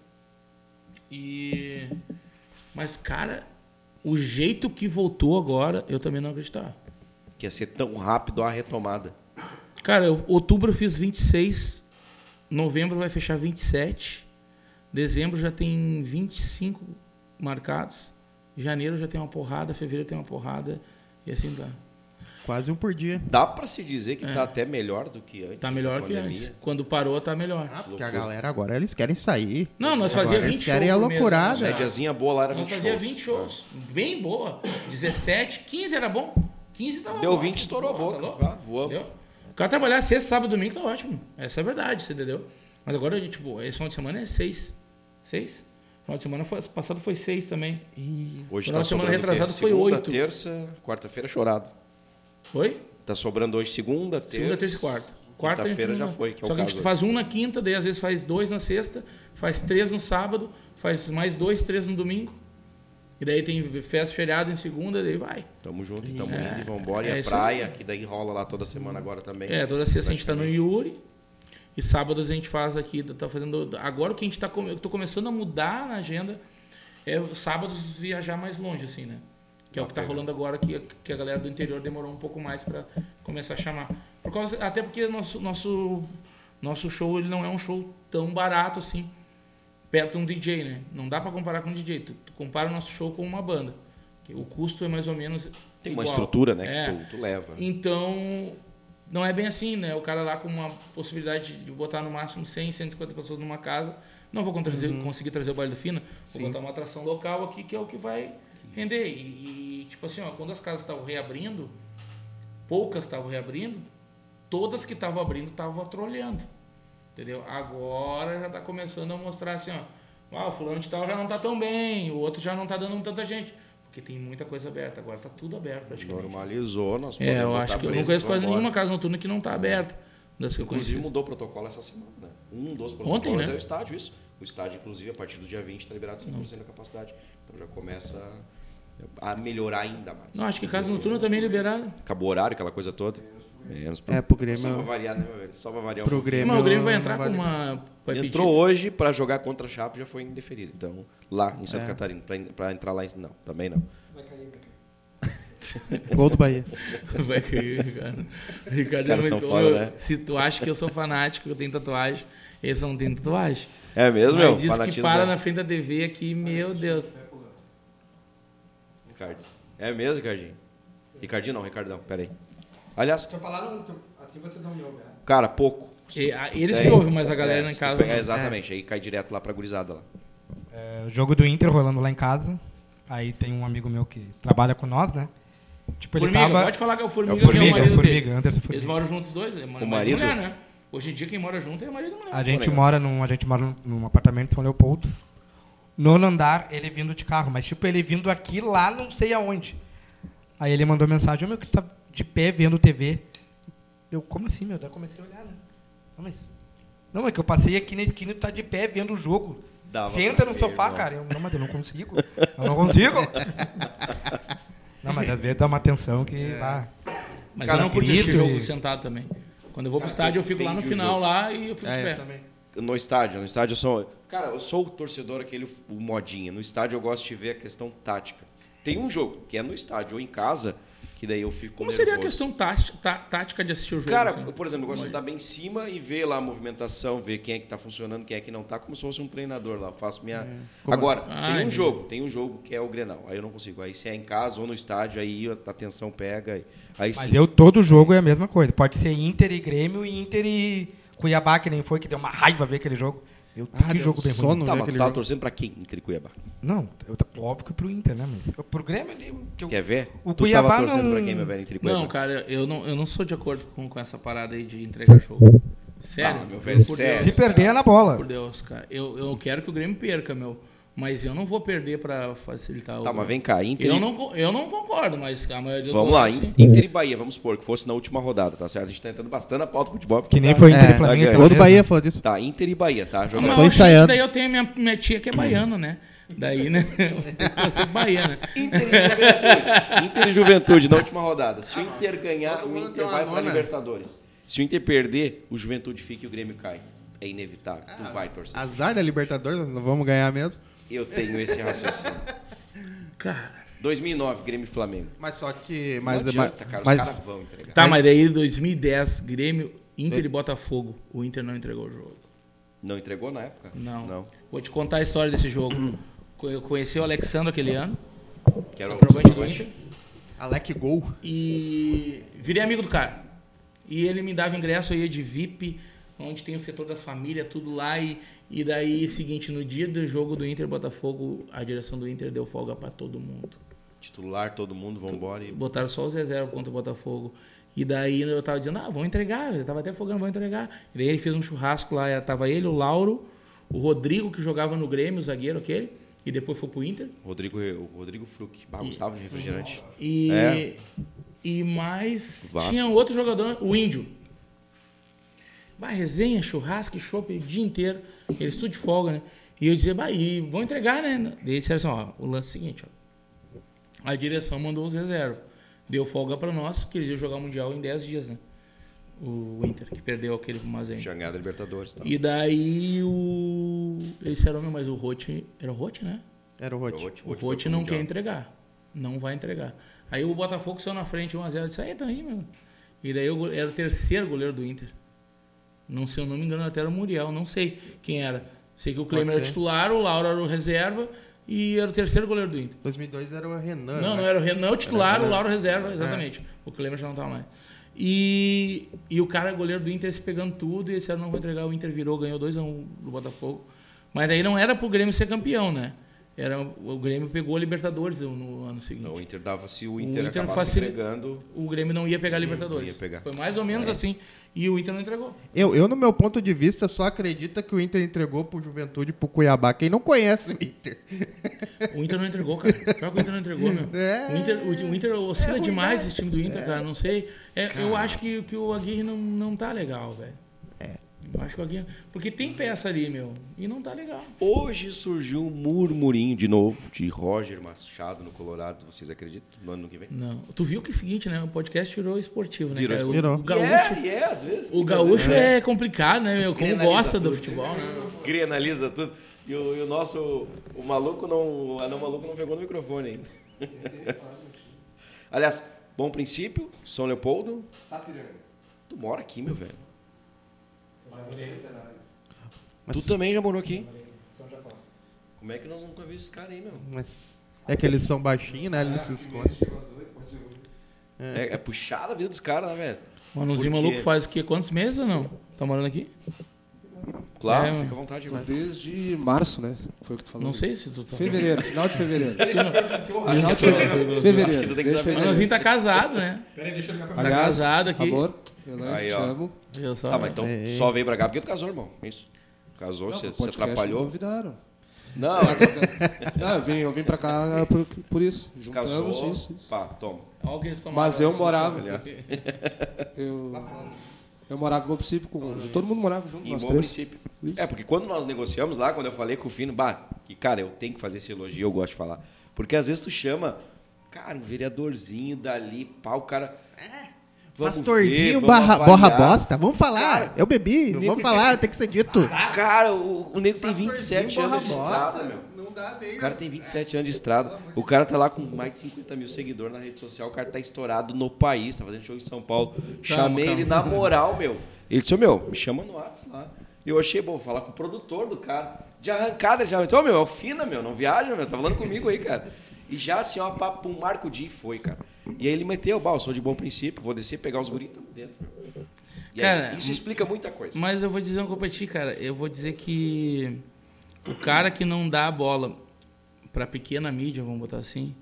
E... Mas, cara, o jeito que voltou agora, eu também não acreditava. Que ia ser tão rápido a retomada. Cara, eu, outubro eu fiz vinte e seis, novembro vai fechar vinte e sete, dezembro já tem vinte e cinco marcados, janeiro já tem uma porrada, fevereiro tem uma porrada, e assim tá. Quase um por dia. Dá pra se dizer que tá até melhor do que antes. Tá da melhor que pandemia. antes. Quando parou, tá melhor. Ah, porque a galera agora, eles querem sair. Não, nós Agora fazia eles vinte querem shows a por mês, loucurada. né? Médiazinha boa lá era Nós vinte fazia shows. vinte shows. Bem boa. dezessete, quinze era bom. quinze tava Deu ótimo. vinte, estourou a Pô, boca. tá louco? Ah, voamos. Entendeu? O cara trabalhar sexta, sábado, domingo tá ótimo. Essa é a verdade, você entendeu? Mas agora, tipo, esse final de semana é seis. Seis? Final de semana foi, passado foi seis também. E... Hoje Final tá de semana sobrando o quê? retrasado foi Segunda, oito. terça, quarta-feira chorado. Oi? Tá sobrando hoje segunda, terça. Segunda, terça e quarta. Quarta a gente Quinta-feira não- já foi, que é Só o que a caso. gente faz um na quinta, daí às vezes faz dois na sexta, faz três no sábado, faz mais dois, três no domingo. E daí tem festa, feriado em segunda, daí vai. Tamo junto e tamo É, indo e vambora. é e a isso praia, aí. que daí rola lá toda semana agora também. É, toda sexta a gente tá no Yuri. E sábados a gente faz aqui, tá fazendo. Agora o que a gente tá. come- Eu tô começando a mudar na agenda é os sábados viajar mais longe, assim, né? Que é o que tá rolando agora, que, que a galera do interior demorou um pouco mais para começar a chamar. Por causa, até porque nosso, nosso, nosso show ele não é um show tão barato assim, perto de um D J, né? Não dá para comparar com um D J. Tu, tu compara o nosso show com uma banda. Que o custo é mais ou menos Tem uma igual. estrutura, né, É. que tu, tu leva. Então, não é bem assim, né? O cara lá com uma possibilidade de botar no máximo cem, cento e cinquenta pessoas numa casa. Não vou trazer, conseguir trazer o baile do Fina. Vou Sim. botar uma atração local aqui, que é o que vai render. E, e, tipo assim, ó, quando as casas estavam reabrindo, poucas estavam reabrindo, todas que estavam abrindo estavam trolhando. Entendeu? Agora já está começando a mostrar assim, ó. Ah, o fulano de tal já não está tão bem, o outro já não está dando tanta gente. Porque tem muita coisa aberta. Agora está tudo aberto praticamente. Normalizou, nós É, podemos eu botar acho que eu não preço, conheço quase vambora. nenhuma casa noturna que não está aberta. Das que eu Inclusive conheci. mudou o protocolo essa semana, né? Um dos protocolos Ontem, né? é o estádio, isso. O estádio, inclusive, a partir do dia vinte está liberado cem por cento da capacidade. Então já começa a melhorar ainda mais. Não, acho que casa noturna também liberaram. Acabou o horário, aquela coisa toda. Menos pra... É, pro Só pra Grêmio... variar, né, meu velho? Só pra variar um Pro pouquinho. Grêmio... Mas o Grêmio vai não entrar com vale- uma... Vai Entrou pedir. hoje para jogar contra a Chape, já foi indeferido. Então, lá em Santa É. Catarina, para entrar lá, em... não, também não. Gol do Bahia. Vai cair, Ricardo. Ricardo caras é são muito- foda, eu- né? Se tu acha que eu sou fanático, que eu tenho tatuagem, esse não tem tatuagem. É mesmo, Mas meu? diz que Fanatismo, para né? na frente da T V aqui, meu Deus. Ricardo. É mesmo, Ricardinho? Ricardinho não, Ricardão, pera aí. Aliás, Tu falaram, tu- assim você não me ouve, né? cara, pouco. E, a- eles É, que ouvem, mas a galera é, em se tu casa... pegar- não. exatamente, aí cai direto lá pra gurizada lá. É, o jogo do Inter rolando lá em casa. Aí tem um amigo meu que trabalha com nós, né? Tipo, ele Formiga, tava... pode falar que é o Formiga, É o que é o Formiga, marido Formiga, dele. Anderson Eles Formiga. moram juntos os dois, é marido, marido? e mulher, né? Hoje em dia quem mora junto é marido e mulher. A gente legal. mora num, a gente mora num- num apartamento em São Leopoldo. Nono andar, ele vindo de carro. Mas, tipo, ele vindo aqui lá, não sei aonde. Aí ele mandou mensagem, ô, meu, que tu tá de pé vendo T V. Eu, como assim, meu? Daí eu comecei a olhar, né? Não, mas... Não, é que eu passei aqui na esquina e tu tá de pé vendo o jogo. Dava Senta pra no ver, sofá, irmão. cara. Eu, não, mas eu não consigo. Eu não consigo. Não, mas às vezes dá uma atenção que... É. Ah, Mas Cara, eu não curti grito esse jogo e- sentado também. Quando eu vou pro estádio, eu fico lá no Entendi o final jogo. lá e eu fico de É, pé. eu também. No estádio, no estádio eu sou... Cara, eu sou o torcedor, aquele o modinha. No estádio eu gosto de ver a questão tática. Tem um jogo, que é no estádio ou em casa, que daí eu fico Como seria a nervoso. questão tática, tá- tática de assistir o jogo? Cara, assim? eu, por exemplo, eu gosto de estar bem em cima e ver lá a movimentação, ver quem é que está funcionando, quem é que não está, como se fosse um treinador lá. Eu faço minha. Como- Agora, Ah, tem um entendi. jogo, tem um jogo que é o Grenal. Aí eu não consigo. Aí se é em casa ou no estádio, aí a tensão pega. Aí, aí mas sim. eu, todo jogo é a mesma coisa. Pode ser Inter e Grêmio e Inter e Cuiabá, que nem foi, que deu uma raiva ver aquele jogo. Eu, Ah, que deu jogo bem sono. ruim. Tá, mas tu aquele tava jogo. torcendo pra quem, Inter e Cuiabá? Não, eu, óbvio que pro Inter, né? Mas eu- pro Grêmio... Eu, que eu, Quer ver? O tu Cuiabá tava torcendo não- pra quem, meu velho, Inter e Cuiabá? Não, cara, eu não, eu não sou de acordo com, com essa parada aí de entregar jogo. Sério, Ah, meu velho, por sério. Deus, Se perder é na bola. Por Deus, cara. Eu, eu quero que o Grêmio perca, meu. Mas eu não vou perder pra facilitar o. Tá, mas vem cá, Inter Eu e- não, co- eu não concordo, mas a maioria do Vamos lá, Colorado, sim. Inter e Bahia, vamos supor que fosse na última rodada, tá certo? A gente tá entrando bastante na pauta do futebol. porque Que nem tá- foi Inter É, e Flamengo. tá aquela Todo vez, Bahia né? falou disso. Tá, Inter e Bahia, tá? Ah, Jogando. mas tô eu achei que ensaiando. daí eu tenho minha, minha tia que é baiana, né? Daí, né? Eu sou baiana. Inter e Juventude. Inter e Juventude na última rodada. Se o Inter ganhar, todo o mundo Inter tem uma vai pra nona. Libertadores. Se o Inter perder, o Juventude fica e o Grêmio cai. É inevitável. Tu vai torcer. Azar da Libertadores, nós não vamos ganhar mesmo. Eu tenho esse raciocínio. Cara. dois mil e nove, Grêmio e Flamengo. Mas só que... Não Mas, adianta, cara. Os mas, caras vão entregar. Tá, mas daí dois mil e dez, Grêmio, Inter e Botafogo. O Inter não entregou o jogo. Não entregou na época? Não. Não. Vou te contar a história desse jogo. Eu conheci o Alexandre aquele ano, Que era o centroavante do centroavante. Inter, Alec Gol. e virei amigo do cara. E ele me dava ingresso, eu ia de V I P, onde tem o setor das famílias, tudo lá. E, e daí, seguinte, no dia do jogo do Inter e Botafogo, a direção do Inter deu folga pra todo mundo. Titular, todo mundo, vambora. E... Botaram só os reservas contra o Botafogo. E daí eu tava dizendo, ah, vão entregar. Eu tava até fogando, vão entregar. E daí ele fez um churrasco lá. Tava ele, o Lauro, o Rodrigo, que jogava no Grêmio, o zagueiro aquele. E depois foi pro Inter. Rodrigo, o Rodrigo Fruc. Bah, gostava de refrigerante. E, É. e mais Vasco. tinha outro jogador, o Índio. Bah, resenha, churrasco, chopp o dia inteiro. Eles tudo de folga, né? E eu dizia, bah, e vão entregar, né? Daí eles disseram assim, ó, o lance é o seguinte, ó. A direção mandou os reservas. Deu folga pra nós, porque eles iam jogar o Mundial em dez dias, né? O Inter, que perdeu aquele pro Mazen. Tinha ganhado a Libertadores. Tá? E daí o... Eles disseram, meu, mas o Rote... Era o Rote, né? Era o Rote. O Rote não quer entregar. Não vai entregar. Aí o Botafogo saiu na frente um a zero. Eu disse, aí, tá aí, meu. E daí eu go- era o terceiro goleiro do Inter. Não sei, eu não me engano, até era o Muriel. Não sei quem era. Sei que o Clemer era ser. titular, o Lauro era o reserva e era o terceiro goleiro do Inter. dois mil e dois era o Renan. Não, né? não era o Renan o titular, Era o o Renan. Lauro reserva, exatamente. O Clemer já não estava mais. E, e o cara, goleiro do Inter, se pegando tudo, e esse ano não vai entregar. O Inter virou, ganhou dois a um do Botafogo. Mas daí não era pro Grêmio ser campeão, né? Era, o Grêmio pegou a Libertadores no ano seguinte. Não, o Inter dava, se o O Inter, Inter acabasse facil- entregando, O Grêmio não ia pegar a Libertadores. ia pegar. Foi mais ou menos assim. E o Inter não entregou. Eu, eu, no meu ponto de vista, só acredito que o Inter entregou pro Juventude e pro Cuiabá. Quem não conhece o Inter. O Inter não entregou, cara. Pior que o Inter não entregou, meu. É. O, Inter, o, o Inter oscila ruim, demais né? esse time do Inter, cara. Não sei. É, eu acho que, que o Aguirre não, não tá legal, velho. É. Eu acho que o Aguirre... Porque tem peça ali, meu. E não tá legal. hoje surgiu um murmurinho de novo de Roger Machado no Colorado. Vocês acreditam? No ano que vem? Não. Tu viu que é o seguinte, né? O podcast virou esportivo, né? Virou cara? O- esportivo. O, gaúcho, E é, e é, às vezes. o gaúcho é. complicado, né, meu? Como Grenaliza gosta do tudo. futebol, né? Cria, analisa tudo. E o, e o nosso, o maluco não, o anão maluco não pegou no microfone ainda. Aliás, bom princípio, São Leopoldo. Tu mora aqui, meu velho. Mas- Tu também já morou aqui? Como é que nós nunca vimos esses caras aí, meu? Mas é que eles são baixinhos, né? Eles se escondem. É, é puxada a vida dos caras, né, velho? Manuzinho Por quê? maluco faz o quê? Quantos meses ou não? Tá morando aqui? Claro, É, fica à vontade. Irmão. Desde março, né? Foi o que tu falou. Não sei se tu tá... Fevereiro, final de fevereiro. Tu não- Final de fevereiro. Fevereiro. que tu tem que desde saber. fevereiro. Manuzinho tá casado, né? Aliás, casado aqui. amor, Elaine, Aí, te ó. amo. Eu só... Tá, mas então É. só veio pra cá porque tu casou, irmão. Isso. Casou, Não, você pro se podcast me atrapalhou. convidaram. Não, Não, eu vim, eu vim pra cá por, por isso. Juntamos casou. isso. isso. Pá, toma. Olha o que eles tomaram. Mas eu morava. Ali, ó. Eu, Eu morava em Bom Princípio com... Todo mundo morava junto, Em nós Bom três. Princípio. Isso. É, porque quando nós negociamos lá, quando eu falei com o Fino, bah, que, cara, eu tenho que fazer esse elogio, eu gosto de falar. Porque às vezes tu chama, cara, um vereadorzinho dali, pá, o cara... Vamos Pastorzinho, ver, barra, vamos borra avaliar. bosta. Vamos falar. Cara, eu bebi. Vamos falar, tem que ser dito. Cara, o, o nego tem vinte e sete Pastorzinho, anos de borra estrada, bosta. meu. Não dá nem. O cara tem vinte e sete anos de estrada. O cara tá lá com mais de cinquenta mil seguidores na rede social. O cara tá estourado no país, tá fazendo show em São Paulo. Chamei calma. ele na moral, meu. Ele disse, ô, meu, me chama no WhatsApp lá. Eu achei bom falar com o produtor do cara. De arrancada, ele já disse, ô, meu, é o Fina, meu, não viaja, meu. Tá falando comigo aí, cara. E já assim, ó, papo um Marco Di foi, cara. E aí ele meteu, bah, eu sou de Bom Princípio, vou descer, pegar os guris, tamo dentro. E aí, Cara, isso explica muita coisa. Mas eu vou dizer uma coisa pra ti, cara. Eu vou dizer que o cara que não dá a bola pra pequena mídia, vamos botar assim,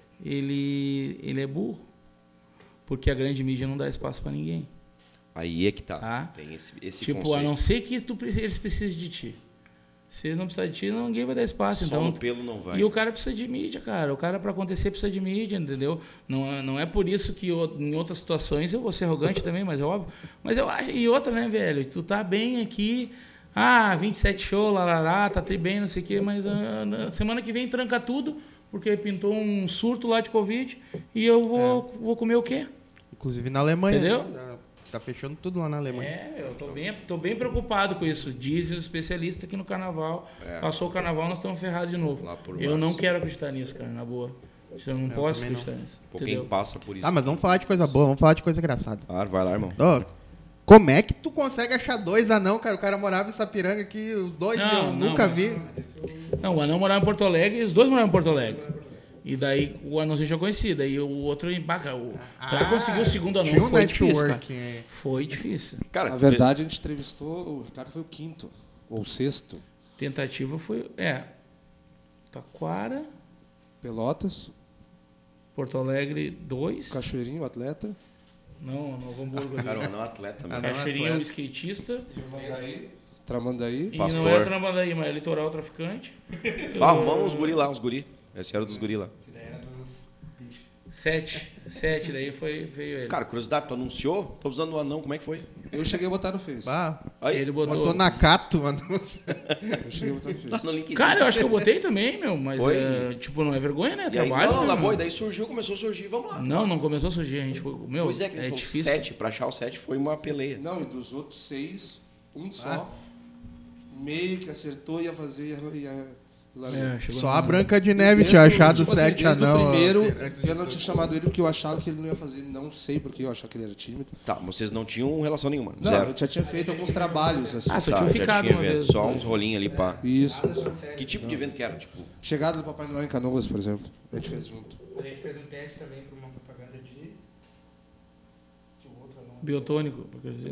ele, ele é burro. Porque a grande mídia não dá espaço pra ninguém. Aí é que tá. Tá. Tem esse, esse Tipo, conceito. a não ser que tu, preci- eles precisem de ti. Se eles não precisarem de ti, ninguém vai dar espaço. Só então, no pelo não vai. E o cara precisa de mídia, cara. O cara, para acontecer, precisa de mídia, entendeu? Não, é- não é por isso que eu- em outras situações eu vou ser arrogante também, mas é óbvio. Mas eu acho. E outra, né, velho? Tu tá bem aqui. Ah, vinte e sete show, lá, lá, lá, tá tri bem, não sei o quê, mas ah, na semana que vem tranca tudo, porque pintou um surto lá de Covid e eu vou, vou comer o quê? Inclusive na Alemanha. Entendeu? né? Tá fechando tudo lá na Alemanha. É, eu tô bem, tô bem preocupado com isso. Dizem os especialistas que no carnaval, É. passou o carnaval, nós estamos ferrados de novo. Lá por Eu março. não quero acreditar nisso, cara, na boa. Eu não posso também não. acreditar nisso. Pô, quem Entendeu? passa por isso. Ah, mas vamos falar de coisa boa, vamos falar de coisa engraçada. Claro, vai lá, irmão. Ô, como é que tu consegue achar dois anão, cara? O cara morava em Sapiranga aqui, os dois Não, eu não, nunca mas- vi. Não, o anão morava em Porto Alegre e os dois moravam em Porto Alegre. E daí o anãozinho já conhecia, daí o outro embaca. O cara Ah, conseguiu o segundo anão, tinha um foi difícil, cara. networking aí. Foi difícil. Cara, Na verdade, a gente entrevistou... O Ricardo foi o quinto. Ou o sexto. Tentativa foi, é, Taquara, Pelotas, Porto Alegre dois. Cachoeirinho, o atleta. Não, Novo Hamburgo ali. cara, o anão atleta mesmo. Anão Cachoeirinha, o atleta. skatista. Tramandaí. E Pastor. não é Tramandaí, mas é litoral traficante. Ah, arrumamos os guri lá, os guri. Esse era dos guri lá. Sete. Sete, daí foi, veio ele. Cara, curiosidade, tu anunciou? Tô usando o anão, como é que foi? Eu cheguei a botar no Face. Bah, Aí, ele botou. botou na Cato, mano. Eu cheguei a botar no lá Face. no LinkedIn. Cara, eu acho que eu botei também, meu, mas Foi? é, tipo, não é vergonha, né? E aí, Trabalho. não, não, né, na meu? boa, e daí surgiu, começou a surgir, vamos lá. Não, não começou a surgir, a gente foi. Meu, Pois é, que a gente é falou difícil. sete, pra achar o sete foi uma peleia. Não, e dos outros seis, um só. Ah. Meio que acertou, ia fazer... Ia, É, chegou Só no- a Branca de Neve Desde tinha o- achado tipo assim, sete desde anão. o primeiro, antes de eu não tudo. tinha chamado ele porque eu achava que ele não ia fazer. Não sei porque eu achava que ele era tímido. Tá, vocês não tinham relação nenhuma. Não, zero. eu já tinha feito alguns trabalhos assim. Ah, só Tá, tinha já ficado tinha uma evento, vez. só uns rolinhos ali, pá. Isso. Que tipo de evento que era? Tipo, Chegada do Papai Noel em Canoas, por exemplo. A gente fez junto. A gente fez um teste também para uma propaganda de. Que o outro não. Biotônico, quer dizer.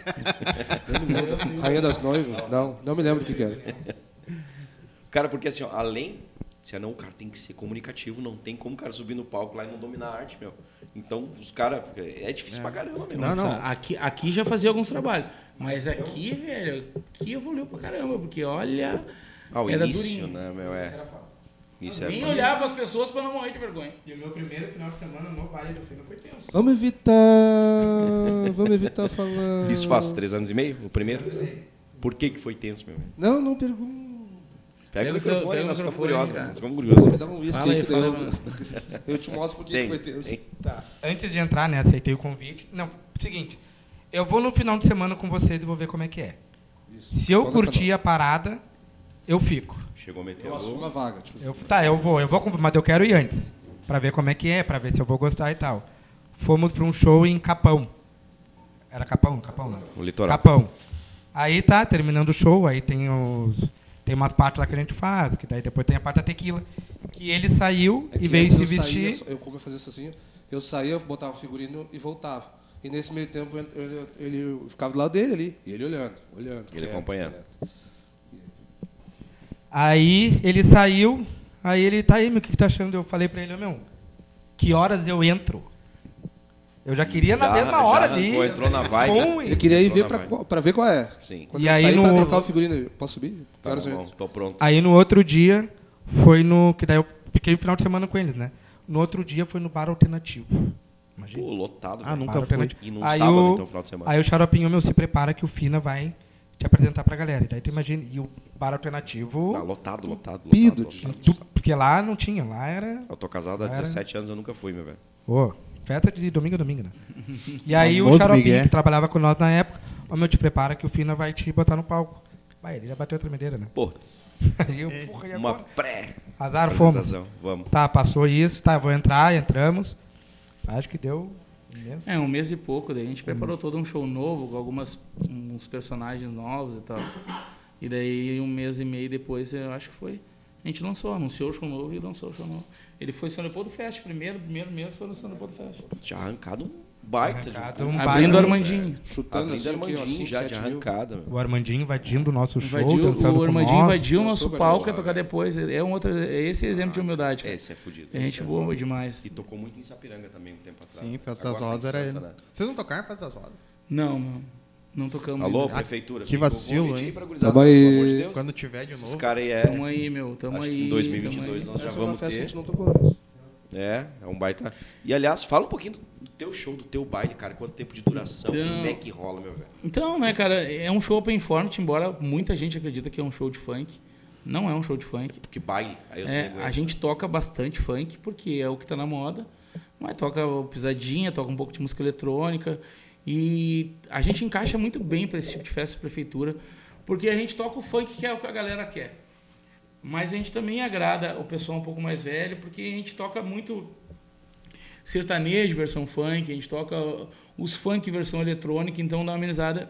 Rainha das Noivas? Não, não me lembro do que, que era. cara, porque assim, ó, além se não, o cara tem que ser comunicativo, não tem como o cara subir no palco lá e não dominar a arte, meu. Então, os caras, é difícil pra caramba, meu. Não, não. Aqui, aqui já fazia alguns trabalhos. Mas aqui, velho, aqui evoluiu pra caramba, porque olha. Ah, o era início, durinho. né, meu, é. Isso Nem é. olhava as pessoas pra não morrer de vergonha. E o meu primeiro final de semana no Vale do Fino foi tenso. Vamos evitar. Vamos evitar falar. Isso faz três anos e meio, o primeiro? Por que que foi tenso, meu? Não, não pergunto. Pega, Pega o o seu- microfone, pega o nós ficamos microfone, curiosos, cara. nós ficamos curiosos. Me dá um uísque Fala aí aí, que daí fala eu, eu te mostro por que Tem, que foi tenso. tem. Tá. Antes de entrar, né, aceitei o convite. Não, seguinte. Eu vou no final de semana com vocês e vou ver como é que é. Isso. Se eu Toda curtir a parada, eu fico. Chegou a meter Eu o assumo gol. uma vaga. Tipo, Eu, tá, eu vou, eu vou, com- mas eu quero ir antes. Pra ver como é que é, pra ver se eu vou gostar e tal. Fomos pra um show em Capão. Era Capão? Capão, não. O litoral. Capão. Aí tá, terminando o show, aí tem os. Tem umas partes lá que a gente faz, que daí depois tem a parte da tequila. Que ele saiu é e que veio antes se eu vestir. Saía, eu como eu fazia isso assim, eu saía, botava um figurino e voltava. E nesse meio tempo eu, eu, ele eu ficava do lado dele ali, e ele olhando, olhando. Ele quieto, acompanhando. quieto. Aí ele saiu, aí ele, tá aí, meu, o que, que tá achando? Eu falei pra ele, meu, que horas eu entro? Eu já queria na Já- mesma já hora arrancou, ali. entrou na vibe. Com Ele queria ir Entrou ver na pra, vibe. qual- pra ver qual é. Sim. Quando E eu aí saí no- pra trocar o figurino, eu posso subir? Que Tá horas bom, eu bom, entro? tô pronto. Aí no outro dia foi no. Que daí eu fiquei no final de semana com eles, né? No outro dia foi no bar alternativo. Imagina. Pô, lotado. Ah, velho. nunca Bar fui. alternativo. E num Aí sábado, o- então, final de semana. Aí o Xaropinho, meu, se prepara que o Fina vai te apresentar pra galera. E daí tu imagina. E o bar alternativo. Ah, lotado, lotado, Pido lotado, de lotado. tu- porque lá não tinha, lá era. Eu tô casado há Era- dezessete anos, eu nunca fui, meu velho. Ô, festa de domingo a domingo, né? E aí o Famoso Xaropinho, Miguel. que trabalhava com nós na época, ô meu, te prepara que o Fina vai te botar no palco. Vai, ele já bateu a tremedeira, né? Putz, Aí eu, porra, e uma agora? pré Azar, fomos. apresentação. Vamos. Tá, passou isso, tá, vou entrar, entramos. Acho que deu um mês. É, um mês e pouco, daí a gente preparou todo um show novo, com algumas, uns personagens novos e tal. E daí um mês e meio depois, eu acho que foi, a gente lançou, anunciou o show novo e lançou o show novo. Ele foi São Leopoldo Fest primeiro, primeiro mês foi no São Leopoldo Fest. Já arrancado um baita Arrancado de um um baita, Abrindo o né? Armandinho. Chutando Abrindo assim, aqui, ó, Armandinho cinco, já de sete mil. arrancada, meu. O Armandinho invadindo o nosso show, Invadiu, dançando o Armandinho com nós. invadiu o nosso Dançou com a palco, gente. ia tocar depois. É, um outro, é esse exemplo de humildade, cara. Esse é fudido. A gente esse é boa foda. demais. E tocou muito em Sapiranga também um tempo atrás. Sim, Festa das Agora Rosas tem era Santa, ele. né? Vocês não tocaram Festa das Rosas? Não, não. Não tocamos Alô, ainda. prefeitura. que fica o vacilo, convite aí hein? pra gurizada, Tamo aí. pelo amor de Deus. Quando tiver de Esses novo. caras aí é... Tamo aí, meu. Tamo Acho aí. que em dois mil e vinte e tamo dois aí. nós já Essa é uma vamos festa que a ter. gente não tocou mesmo. É, é um baita... E, aliás, fala um pouquinho do teu show, do teu baile, cara. Quanto tempo de duração, Então- como é que rola, meu velho? Então, né, cara, é um show open format, embora muita gente acredita que é um show de funk. Não é um show de funk. Porque baile, aí eu É, a gente toca bastante funk, porque é o que tá na moda. Mas toca o pisadinha, toca um pouco de música eletrônica. E a gente encaixa muito bem para esse tipo de festa de prefeitura, porque a gente toca o funk, que é o que a galera quer. Mas a gente também agrada o pessoal um pouco mais velho, porque a gente toca muito sertanejo versão funk, a gente toca os funk versão eletrônica, então dá uma amenizada.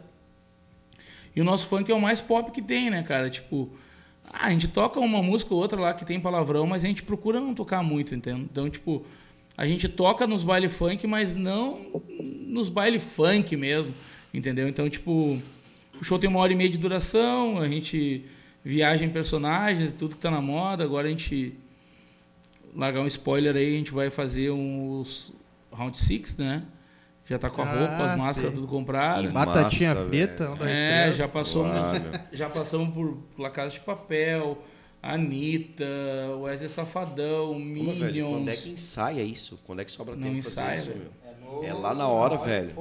E o nosso funk é o mais pop que tem, né, cara? Tipo, ah, a gente toca uma música ou outra lá que tem palavrão, mas a gente procura não tocar muito, entende? Então, tipo, a gente toca nos baile funk, mas não nos baile funk mesmo, entendeu? Então, tipo, o show tem uma hora e meia de duração, a gente viaja em personagens, tudo que tá na moda. Agora a gente, largar um spoiler aí, a gente vai fazer uns Round Six, né? Já tá com a roupa, Ah, as máscaras, sim. tudo comprado. Que Batatinha massa, frita, velho. um, dois, É, três. já passou, Ah, meu. já passamos por La Casa de Papel, Anitta, Wesley Safadão, Pô, velho, quando é que Minions. ensaia isso? Quando é que sobra Não tempo pra ensaia, fazer isso, velho. meu? É lá na hora, velho.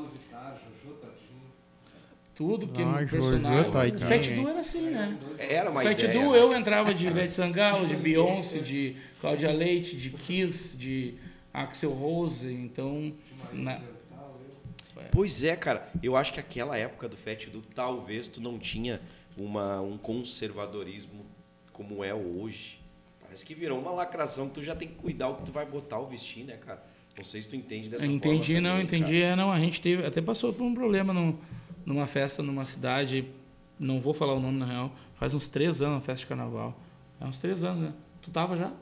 Tudo que Ah, é Jojo personagem. tá aí, O cara. Fat Du era assim, né? Era uma Fat ideia. Du, né? eu entrava de Ivete Sangalo, de Beyoncé, de Cláudia Leite, de Kiss, de Axel Rose. Então, na- Pois é, cara. Eu acho que aquela época do Fat Du, talvez tu não tinha uma, um conservadorismo como é hoje. Parece que virou uma lacração que tu já tem que cuidar o que tu vai botar ou vestir, né, cara? Não sei se tu entende dessa eu forma. entendi, não, também, entendi. É, não, a gente teve, até passou por um problema num- numa festa numa cidade, não vou falar o nome na real, faz uns três anos, a festa de carnaval. É uns três anos, né? Tu tava já?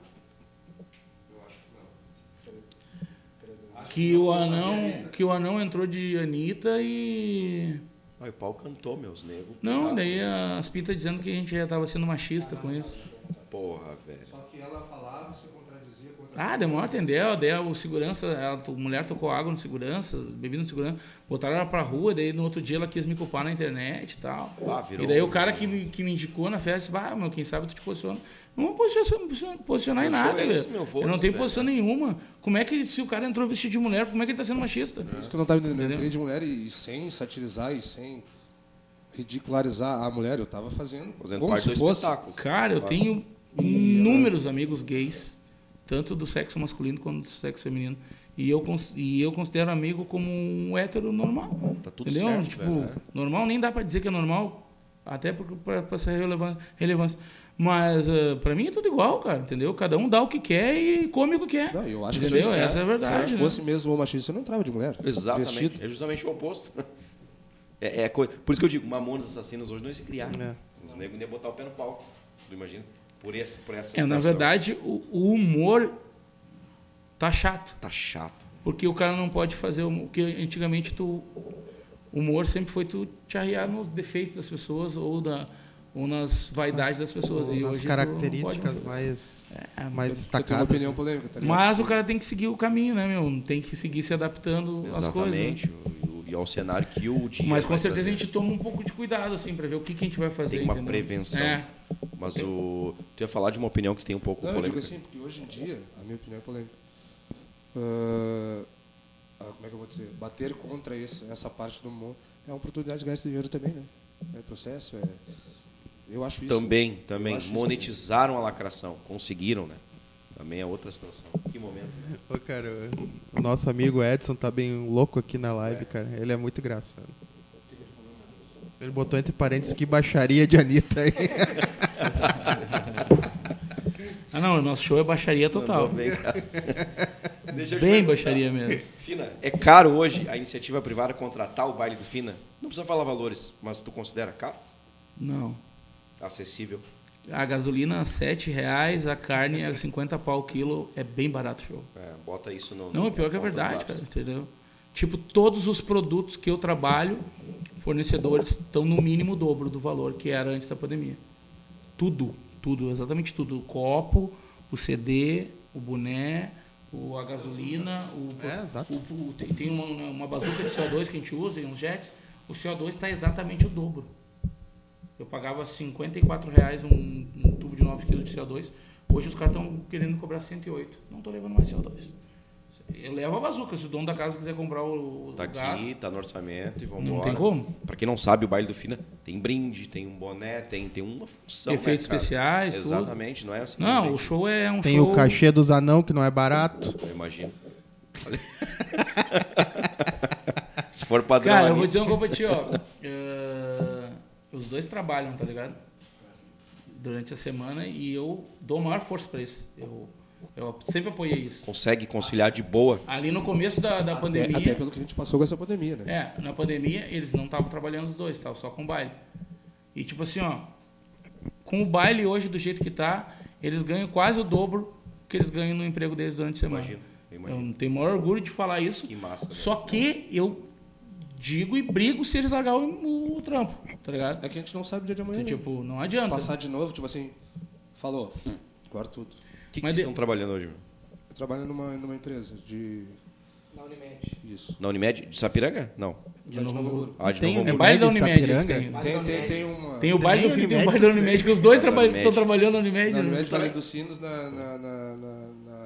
Que o anão, que o anão entrou de Anitta e... Ah, o pau cantou, meus negros. Não, daí as pintas dizendo que a gente já estava sendo machista com isso. Porra, velho. Só que ela falava, se contradizia contra Ah, demorou a atender, daí o segurança, a to- mulher tocou água no segurança, bebida no segurança, botaram ela pra rua, daí no outro dia ela quis me culpar na internet e tal. Ah, virou- E daí o cara que me, que me indicou na festa, disse, ah, meu, quem sabe tu te posiciona. Não vou posicionar, posicionar em Meu show nada, é esse, velho. meu, Eu foda-se, não tenho velho. posição nenhuma. Como é que, se o cara entrou vestido de mulher, como é que ele tá sendo machista? Isso que eu não estava entendendo. Eu Entendeu? entrei de mulher e, e sem satirizar e sem ridicularizar a mulher, eu estava fazendo, Fazendo como parte se do fosse. espetáculo. Cara, eu tenho inúmeros amigos gays, tanto do sexo masculino quanto do sexo feminino. E eu, cons- e eu considero amigo como um hétero normal. Tá tudo Entendeu? certo, Tipo, velho, é. normal nem dá pra dizer que é normal, até para essa relevan- relevância. Mas uh, para mim é tudo igual, cara, entendeu? Cada um dá o que quer e come o que quer. Não, eu acho que Entendeu? se- Essa é a Se verdade. eu né? fosse mesmo machista, eu não entrava de mulher. Exatamente. Vestido. É justamente o oposto. É, é coi- Por isso que eu digo, Mamonas Assassinos hoje não ia se criar. É. Os negros iam botar o pé no palco. Tu imagina? Por, esse, por essa É, na situação. verdade, o, o humor tá chato. Tá chato. Porque o cara não pode fazer o que antigamente tu. O humor sempre foi tu te arriar nos defeitos das pessoas ou, da, ou nas vaidades das pessoas. Ou e nas hoje tu características não pode. mais, É, mais Eu tenho uma destacadas. opinião polêmica, tá ligado? Mas o cara tem que seguir o caminho, né, meu? Tem que seguir se adaptando às coisas. né? Exatamente. O- E ao cenário que o dia. Mas com vai certeza a trazer. gente toma um pouco de cuidado, assim, pra ver o que, que a gente vai fazer. Tem uma entendeu? prevenção. É. Mas o. Tu ia falar de uma opinião que tem um pouco Não, eu digo polêmica. assim, porque hoje em dia, a minha opinião é polêmica, ah, como é que eu vou dizer, bater contra esse, essa parte do mundo, é uma oportunidade de ganhar esse dinheiro também, né? É processo, é... Eu acho isso... Também, também. acho isso Monetizaram a lacração. Conseguiram, né? Também é outra situação. Que momento, né? Ô, cara, o nosso amigo Edson tá bem louco aqui na live, cara. Ele é muito engraçado. Ele botou entre parênteses que baixaria de Anitta aí. Ah, não, o nosso show é baixaria total. Mandou bem, cara. Deixa eu te Bem perguntar. baixaria mesmo. Fina, é caro hoje a iniciativa privada contratar o baile do Fina? Não precisa falar valores, mas tu considera caro? Não. Acessível? A gasolina sete reais, a carne é cinquenta pau o quilo, é bem barato o show. É, bota isso no... Não, é pior que é verdade, cara, entendeu? Tipo, todos os produtos que eu trabalho, fornecedores, estão no mínimo o dobro do valor que era antes da pandemia. Tudo, tudo, exatamente tudo. O copo, o C D, o boné, o, a gasolina, o, É, exato. o, o- tem, tem uma, uma bazuca de C O dois que a gente usa, e uns jets, o C O dois está exatamente o dobro. Eu pagava cinquenta e quatro reais um, um tubo de nove quilos de C O dois, hoje os caras estão querendo cobrar cento e oito. Não estou levando mais C O dois. Eu levo a bazuca, se o dono da casa quiser comprar o, o Tá gás, aqui, tá no orçamento e vamos não embora. tem como. Pra quem não sabe, o baile do Fina tem brinde, tem um boné, tem, tem uma função. Efeitos né, cara? especiais, tudo. Exatamente, não é assim. Não, o show é um Tem show... o cachê dos anão, que não é barato. Eu imagino. Se for padrão. Cara, eu ali- vou dizer uma coisa pra ti, ó. Eh, os dois trabalham, tá ligado? Durante a semana e eu dou maior força pra isso. Eu, eu sempre apoiei isso. Consegue conciliar de boa. Ali no começo da, da Até, pandemia... até pelo que a gente passou com essa pandemia, né? É, na pandemia eles não estavam trabalhando os dois, estavam só com o baile. E tipo assim, ó, com o baile hoje do jeito que tá, eles ganham quase o dobro que eles ganham no emprego deles durante a semana. Imagino, eu Eu imagino. não tenho o maior orgulho de falar isso. Que massa. né? Só que eu digo e brigo se eles largarem o, o trampo, tá ligado? É que a gente não sabe o dia de amanhã. Que, né? tipo, não adianta. Passar de novo, tipo assim, falou, agora tudo. O que, que Mas vocês de- estão trabalhando hoje? meu? Eu trabalho numa, numa empresa de... Na Unimed. Isso. Na Unimed? De Sapiranga? Não. De Novo Hamburgo. Ah, de Tem Novo É Unimed Hamburgo. baile da de Unimed. Sapiranga? eles têm. Tem, tem, tem uma... Tem o baile Tem do filho, tem o Unimed, baile da Unimed, que os dois Da traba- Unimed. estão trabalhando na Unimed. Na né? Unimed Vale dos Sinos, na... na, na, na, na, na,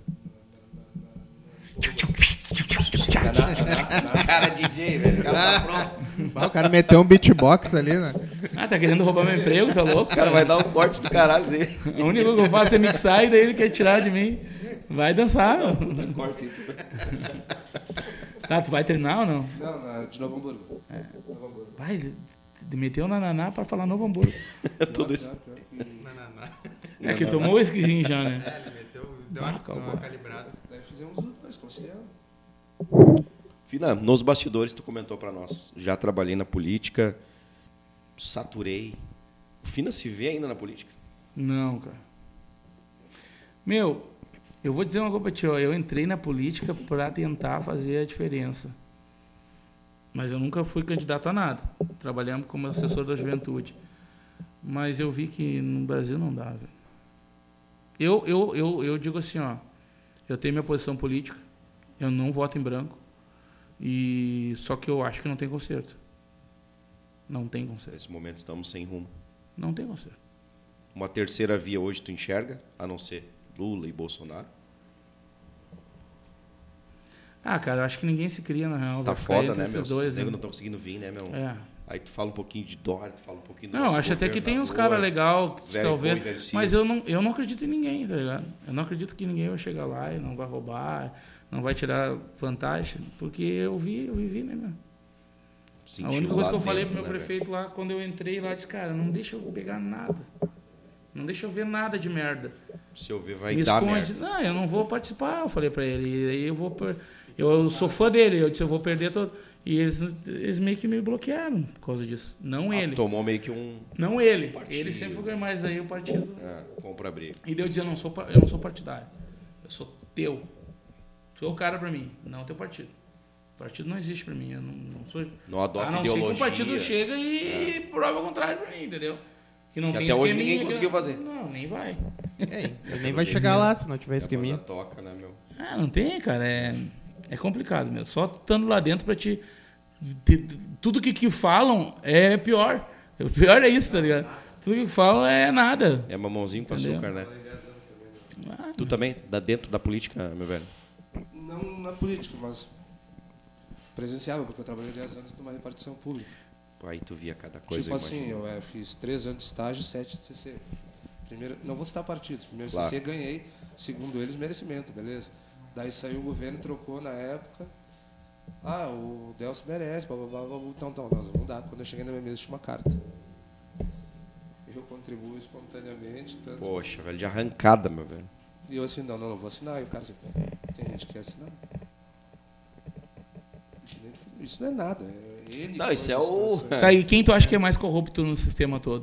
Cara, D J, velho. O cara tá pronto. Ah, o cara meteu um beatbox ali, né? Ah, tá querendo roubar meu emprego, tá louco? O cara vai dar um corte do caralho. Assim. A única coisa que eu faço é mixar e daí ele quer tirar de mim. Vai dançar. Puta corte isso. Tá, tu vai terminar ou não? não, na, de Novo Hamburgo. Novo Hamburgo. Vai, ele meteu na naná pra falar Novo Hamburgo. Tudo isso. Pior, pior, que- É que tomou o esquisinho já, né? Ele meteu, deu uma- deu uma calibrada. Daí fizemos os dois, conciliando. Fina, nos bastidores tu comentou pra nós. Já trabalhei na política, saturei. O Fina se vê ainda na política? Não, cara. Meu, eu vou dizer uma coisa pra ti, ó. Eu entrei na política pra tentar fazer a diferença. Mas eu nunca fui candidato a nada. Trabalhamos como assessor da juventude. Mas eu vi que no Brasil não dá, velho. Eu, eu, eu, eu digo assim, ó. Eu tenho minha posição política. Eu não voto em branco. E só que eu acho que não tem conserto. Não tem conserto. Nesse momento estamos sem rumo. Não tem conserto. Uma terceira via hoje tu enxerga, a não ser Lula e Bolsonaro? Ah, cara, eu acho que ninguém se cria, na real. Tá vai ficar foda, entre né, esses meus? dois, Os né? negros não estão conseguindo vir, né, meu? É. Aí tu fala um pouquinho de Dória, tu fala um pouquinho do Não, nosso acho até que tem uns governador, caras legais, velho talvez. boi, velho Cid. Mas eu não, eu não acredito em ninguém, tá ligado? Eu não acredito que ninguém vai chegar lá e não vai roubar, não vai tirar vantagem. Porque eu vi, eu vivi, né, meu? sentiu A única coisa lá que eu falei dentro, pro meu né, velho? prefeito lá, quando eu entrei lá, disse, cara, não deixa eu pegar nada. Não deixa eu ver nada de merda. Se eu ver, vai Me dar esconde. merda. Não, eu não vou participar, eu falei pra ele. E aí eu vou. Per... Eu sou fã dele, eu disse, eu vou perder todo. E eles, eles meio que me bloquearam por causa disso. Não Ah, ele. tomou meio que um... Não ele. Partido. Ele sempre foi mais aí o partido. É, compra briga. E daí eu dizia, eu não sou, pa- eu não sou partidário. Eu sou teu. Tu é o cara pra mim, não teu partido. O partido não existe pra mim. Eu não, não sou. Não adota a não ser que ideologia. o partido chega e prova o contrário pra mim, entendeu? Que não Que tem até hoje esqueminha ninguém que- conseguiu fazer. Não, nem vai. É, ele nem vai chegar lá se não tiver A esqueminha. banda toca, né, meu? Ah, não tem, cara. É, é complicado, meu. Só estando lá dentro pra te. te- tudo que, que falam é pior. O pior é isso, tá ligado? Tudo que falam é nada. É mamãozinho com Entendeu? açúcar, né? Ah, Tu também, da dentro da política, meu velho? Não na política, mas presenciava, porque eu trabalhei dez anos numa repartição pública. Aí tu via cada coisa. Tipo eu assim, imagino. eu é, fiz três anos de estágio e sete de C C. Primeiro, não vou citar partidos. Primeiro Claro. C C ganhei, segundo eles, merecimento, beleza? Daí saiu o governo e trocou na época. Ah, o Delcio merece, blá, blá, blá, blá, blá. Então, então, nós vamos dar. Quando eu cheguei na minha mesa, tinha uma carta. Eu contribuo espontaneamente. Tanto... Poxa, velho, de arrancada, meu velho. E eu assim, não, não, não vou assinar. E o cara assim, tem gente que quer assinar. Isso não é nada. É ele Não, isso é o... Tá, e quem tu acha que é mais corrupto no sistema todo?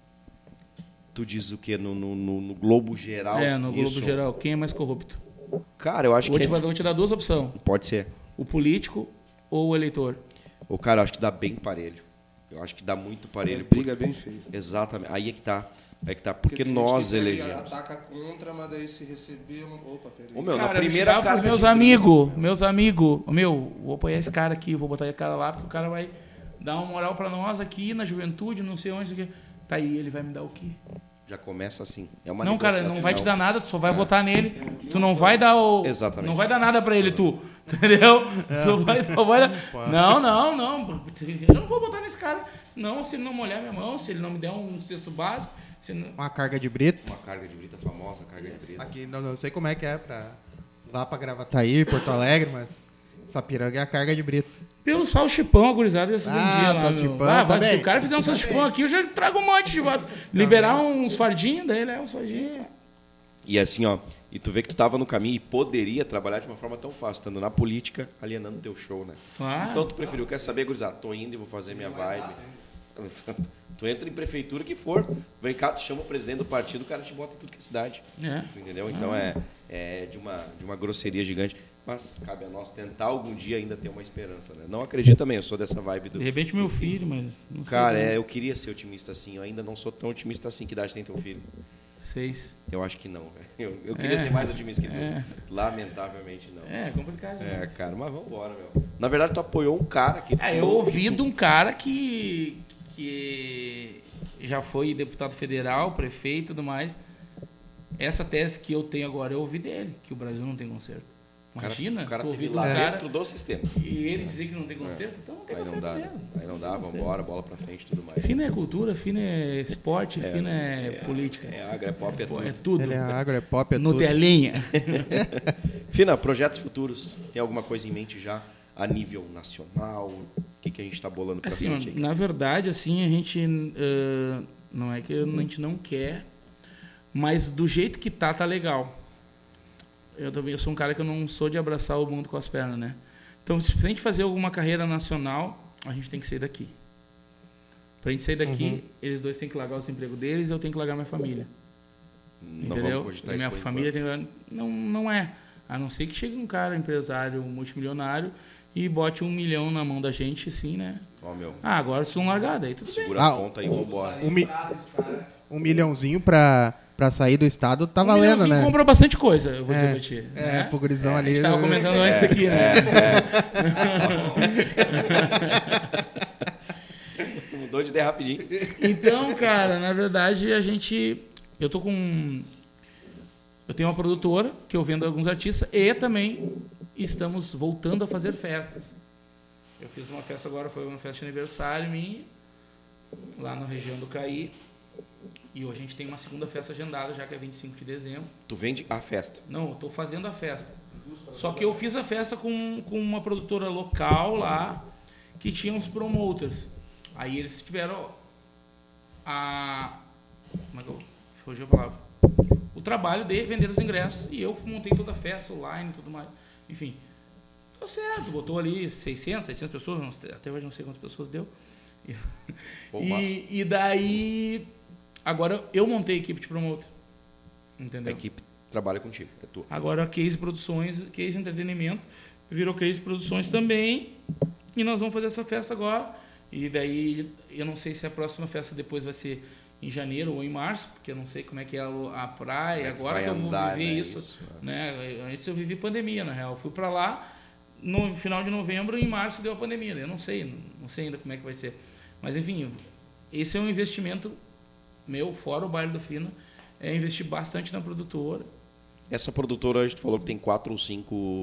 Tu diz o quê? No, no, no, no globo geral? É, no globo Isso? geral. Quem é mais corrupto? Cara, eu acho Vou que... te, vou te dar duas opções. Pode ser. O político ou o eleitor? O cara, eu acho que dá bem parelho. Eu acho que dá muito É, parelho. briga bem feia. Exatamente. Aí é que tá. Aí é que tá. Porque, tem nós gente que pega e elegemos. ataca contra, mas daí se receber... um- Opa, peraí. Ô, meu, Cara, na eu primeira chegava pros carta meus de- amigos, meus amigos, meu, vou apoiar esse cara aqui, vou botar esse cara lá, porque o cara vai dar uma moral pra nós aqui na juventude, não sei onde, não sei o quê. Tá aí, ele vai me dar o quê? Já começa assim. É uma Não, cara, não vai te negociação. dar nada, tu só vai votar nele. Tu não vai dar o. Exatamente. Não vai dar nada pra ele, tu. Entendeu? Só vai, só vai dar. Não, não, não. Eu não vou botar nesse cara. Não, se ele não molhar minha mão, se ele não me der um cesto básico. Se não... Uma carga de brito. Uma carga de brita famosa, carga de brita. Aqui, não, não sei como é que é pra lá pra Gravataí, Porto Alegre, mas Sapiranga é a carga de brito. Pelo salchipão, a gurizada já se Ah, vendia lá. salchipão meu. Ah, vai, também. se o cara fizer um salchipão aqui, eu já trago um monte de voto. Liberar uns fardinhos, daí leva uns fardinhos. E assim, ó, e tu vê que tu tava no caminho e poderia trabalhar de uma forma tão fácil, estando na política, alienando teu show, né? Claro. Então tu preferiu, quer saber, gurizada, tô indo e vou fazer minha vibe. Tu entra em prefeitura que for, vem cá, tu chama o presidente do partido, o cara te bota em tudo que é cidade. É. Entendeu? Então é, é de, uma, de uma grosseria gigante. Mas cabe a nós tentar algum dia ainda ter uma esperança, né? Não acredito também, eu sou dessa vibe do... De repente meu filho, mas não sei. Cara, como. é, eu queria ser otimista assim, eu ainda não sou tão otimista assim. Que idade tem teu filho? Seis. Eu acho que não, velho. Eu, eu queria É, ser mais otimista que tu. é. Lamentavelmente não. É, complicado. É, demais. cara, mas vamos embora, meu. Na verdade, tu apoiou um cara que... É, eu ouvi de um cara que, que já foi deputado federal, prefeito e tudo mais. Essa tese que eu tenho agora, eu ouvi dele, que o Brasil não tem conserto. O cara- Imagina, o cara tu teve ouvindo um lá cara dentro do sistema. e ele dizer que não tem conserto, então não tem Aí não conserto dá, né? mesmo. Aí não dá, tem vamos conserto. embora, bola pra frente e tudo mais. Fina é cultura, fina é esporte, fina é, política. É agro, é pop, é Pô, tudo. é tudo. Ele é agro, é pop, é tudo. Nutelinha. Fina, projetos futuros. Tem alguma coisa em mente já a nível nacional? O que, que a gente tá bolando pra Assim, frente ó, aí? na verdade, assim, a gente ãh, não é que a gente não quer, mas do jeito que tá, tá legal. Eu também eu sou um cara que eu não sou de abraçar o mundo com as pernas, né? Então, se a gente fazer alguma carreira nacional, a gente tem que sair daqui. Pra gente sair daqui, Uhum. eles dois têm que largar os empregos deles, eu tenho que largar minha família. Não Entendeu? vamos cogitar E isso minha por família enquanto. tem que... não não é. A não ser que chegue um cara empresário multimilionário e bote um milhão na mão da gente, assim, né? Ó, meu, Ah, agora se não largar, daí tudo bem. segura Ah, as pontas aí e vambora. Um, mi- um milhãozinho pra, pra sair do estado tá Um valendo, milhãozinho né? compra bastante coisa, eu vou É, dizer pra ti. é, né? pro gurizão A ali, gente tava né? comentando antes aqui, né? Mudou de ideia rapidinho. Então, cara, na verdade, a gente... Eu tô com... Eu tenho uma produtora que eu vendo alguns artistas e também estamos voltando a fazer festas. Eu fiz uma festa agora, foi uma festa de aniversário minha, lá na região do Caí. E hoje a gente tem uma segunda festa agendada, já que é vinte e cinco de dezembro. Tu vende a festa. Não, eu estou fazendo a festa. Só que eu fiz a festa com, com uma produtora local lá, que tinha uns promoters. Aí eles tiveram a... Como é que eu... Fugiu a palavra. O trabalho de vender os ingressos. E eu montei toda a festa online e tudo mais. Enfim, deu certo. Botou ali seiscentas, setecentas pessoas. Não sei, até hoje não sei quantas pessoas deu. Pô, massa. E, e daí... Agora eu montei a equipe de promotor. A Entendeu? equipe trabalha contigo, é tu. Agora a Case Produções, Case Entretenimento, virou Case Produções também. E nós vamos fazer essa festa agora. E daí, eu não sei se a próxima festa depois vai ser em janeiro ou em março, porque eu não sei como é que é a praia. Como é que agora vai que eu vou andar, viver né, isso. isso, né? Antes eu vivi pandemia, na real. Eu fui para lá no final de novembro e em março deu a pandemia. Eu não sei, não sei ainda como é que vai ser. Mas, enfim, esse é um investimento meu, fora o Baile do Fina, é investir bastante na produtora. Essa produtora, a gente falou que tem quatro ou cinco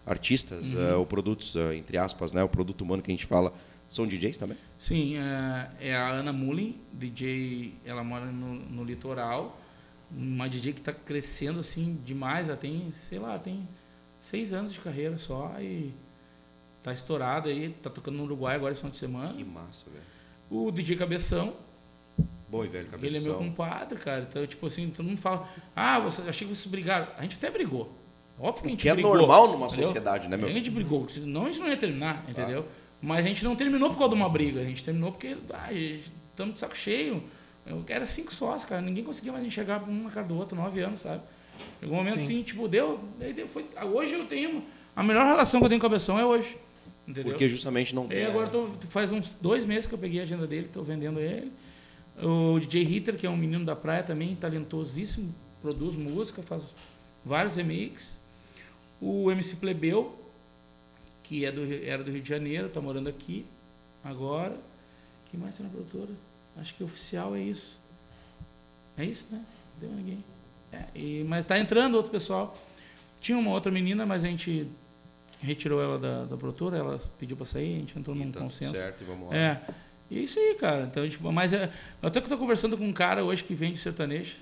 artistas Uhum. uh, ou produtos, uh, entre aspas, né, o produto humano que a gente fala, são D Js também? Sim, é, é a Ana Mullin, D J, ela mora no, no litoral, uma D J que está crescendo assim demais, ela tem, sei lá, tem seis anos de carreira só e tá estourada aí, tá tocando no Uruguai agora esse final de semana. Que massa, velho. O D J Cabeção, Bom e velho Cabeção. ele é meu compadre, cara, então tipo assim, todo mundo fala, ah, você, achei que vocês brigaram, a gente até brigou, óbvio que a gente que é brigou. normal numa entendeu? sociedade, né, meu? A gente brigou, senão a gente não ia terminar, entendeu? Mas a gente não terminou por causa de uma briga, a gente terminou porque ah, estamos de saco cheio. Eu era cinco sócios, cara, ninguém conseguia mais enxergar um na cara do outro, nove anos, sabe? Chegou um momento Sim. assim, tipo, deu, daí deu, foi, hoje eu tenho, a melhor relação que eu tenho com a Cabeção é hoje, entendeu? Porque justamente não E tem... agora tô, faz uns dois meses que eu peguei a agenda dele, estou vendendo ele. O D J Hitter, que é um menino da praia também, talentosíssimo, produz música, faz vários remixes. O M C Plebeu, que é do, era do Rio de Janeiro, está morando aqui agora. Quem mais tem na produtora? Acho que oficial é isso. É isso, né? Não deu ninguém. É, e, mas está entrando outro pessoal. Tinha uma outra menina, mas a gente retirou ela da, da produtora, ela pediu para sair, a gente entrou num tá consenso. certo, e vamos lá. É. E é isso aí, cara. Então, tipo, mas é, eu até que estou conversando com um cara hoje que vende sertanejo